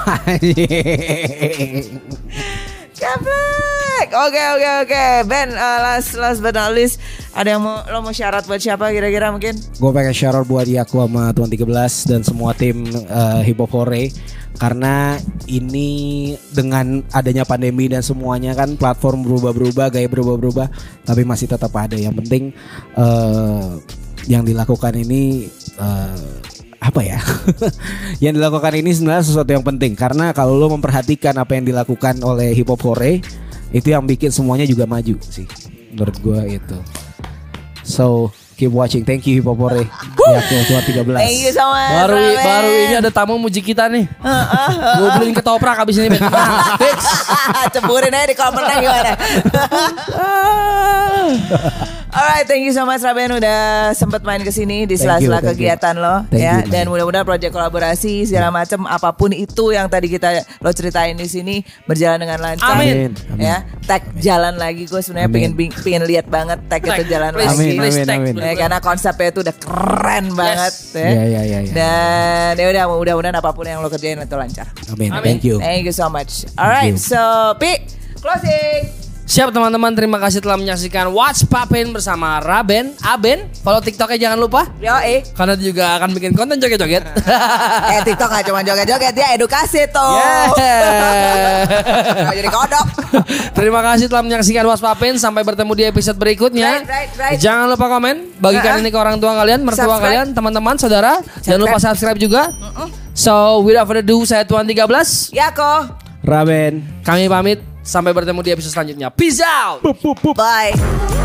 Gablek. Oke, oke, oke. Ben, uh, last last but not least, ada yang mau lo mau syarat buat siapa kira-kira mungkin? gue pengen shout out buat Yaku sama Tuan tiga belas dan semua tim eh, Hip Hop Hore. Karena ini dengan adanya pandemi dan semuanya kan platform berubah-berubah, gaya berubah-berubah, tapi masih tetap ada. Yang penting eh, yang dilakukan ini eh, apa ya? Yang dilakukan ini sebenarnya sesuatu yang penting karena kalau lo memperhatikan apa yang dilakukan oleh Hip Hop Hore, itu yang bikin semuanya juga maju sih. Menurut gue itu. So keep watching. Thank you Hip Hop Hore. Yaku Tuan tiga belas. Thank you so much. Baru Raben. baru ini ada tamu muji kita nih. Gue beliin ketoprak abis ini Ben. Fix. Ceburin aja di kolam renang gimana? Alright, thank you so much Raben udah sempet main ke sini di Thank you, sela-sela thank you. kegiatan lo Thank ya. you, Dan man. mudah-mudahan proyek kolaborasi segala macam apapun itu yang tadi kita lo ceritain di sini berjalan dengan lancar. Amin. Amin. Ya, tag jalan lagi gue sebenarnya Amin. pengen bing- pengen lihat banget tag itu Tag, jalan please, lagi. Amin, please amin, tag. amin. Ya, karena konsepnya itu udah keren banget ya. Iya, iya, iya, iya. Dan ya udah mudah-mudahan apapun yang lo kerjain itu lancar. Amin. Amin. Thank you. Thank you so much. Alright, you. so Pi, closing. Siap teman-teman, terima kasih telah menyaksikan What's Poppin' bersama Raben Aben. Follow TikToknya jangan lupa. Yo, eh. Karena dia juga akan bikin konten joget-joget. Eh TikTok gak cuma joget-joget, dia edukasi tuh. Yeah. Nggak jadi kodok. Terima kasih telah menyaksikan What's Poppin'. Sampai bertemu di episode berikutnya. Right, right, right. Jangan lupa komen, bagikan Uh-uh. ini ke orang tua kalian, mertua Subscribe. kalian, teman-teman, saudara. Jangan lupa subscribe juga. So without further ado, saya Tuan tiga belas. Ya kok. Raben. Kami pamit. Sampai bertemu di episode selanjutnya. Peace out. Bye.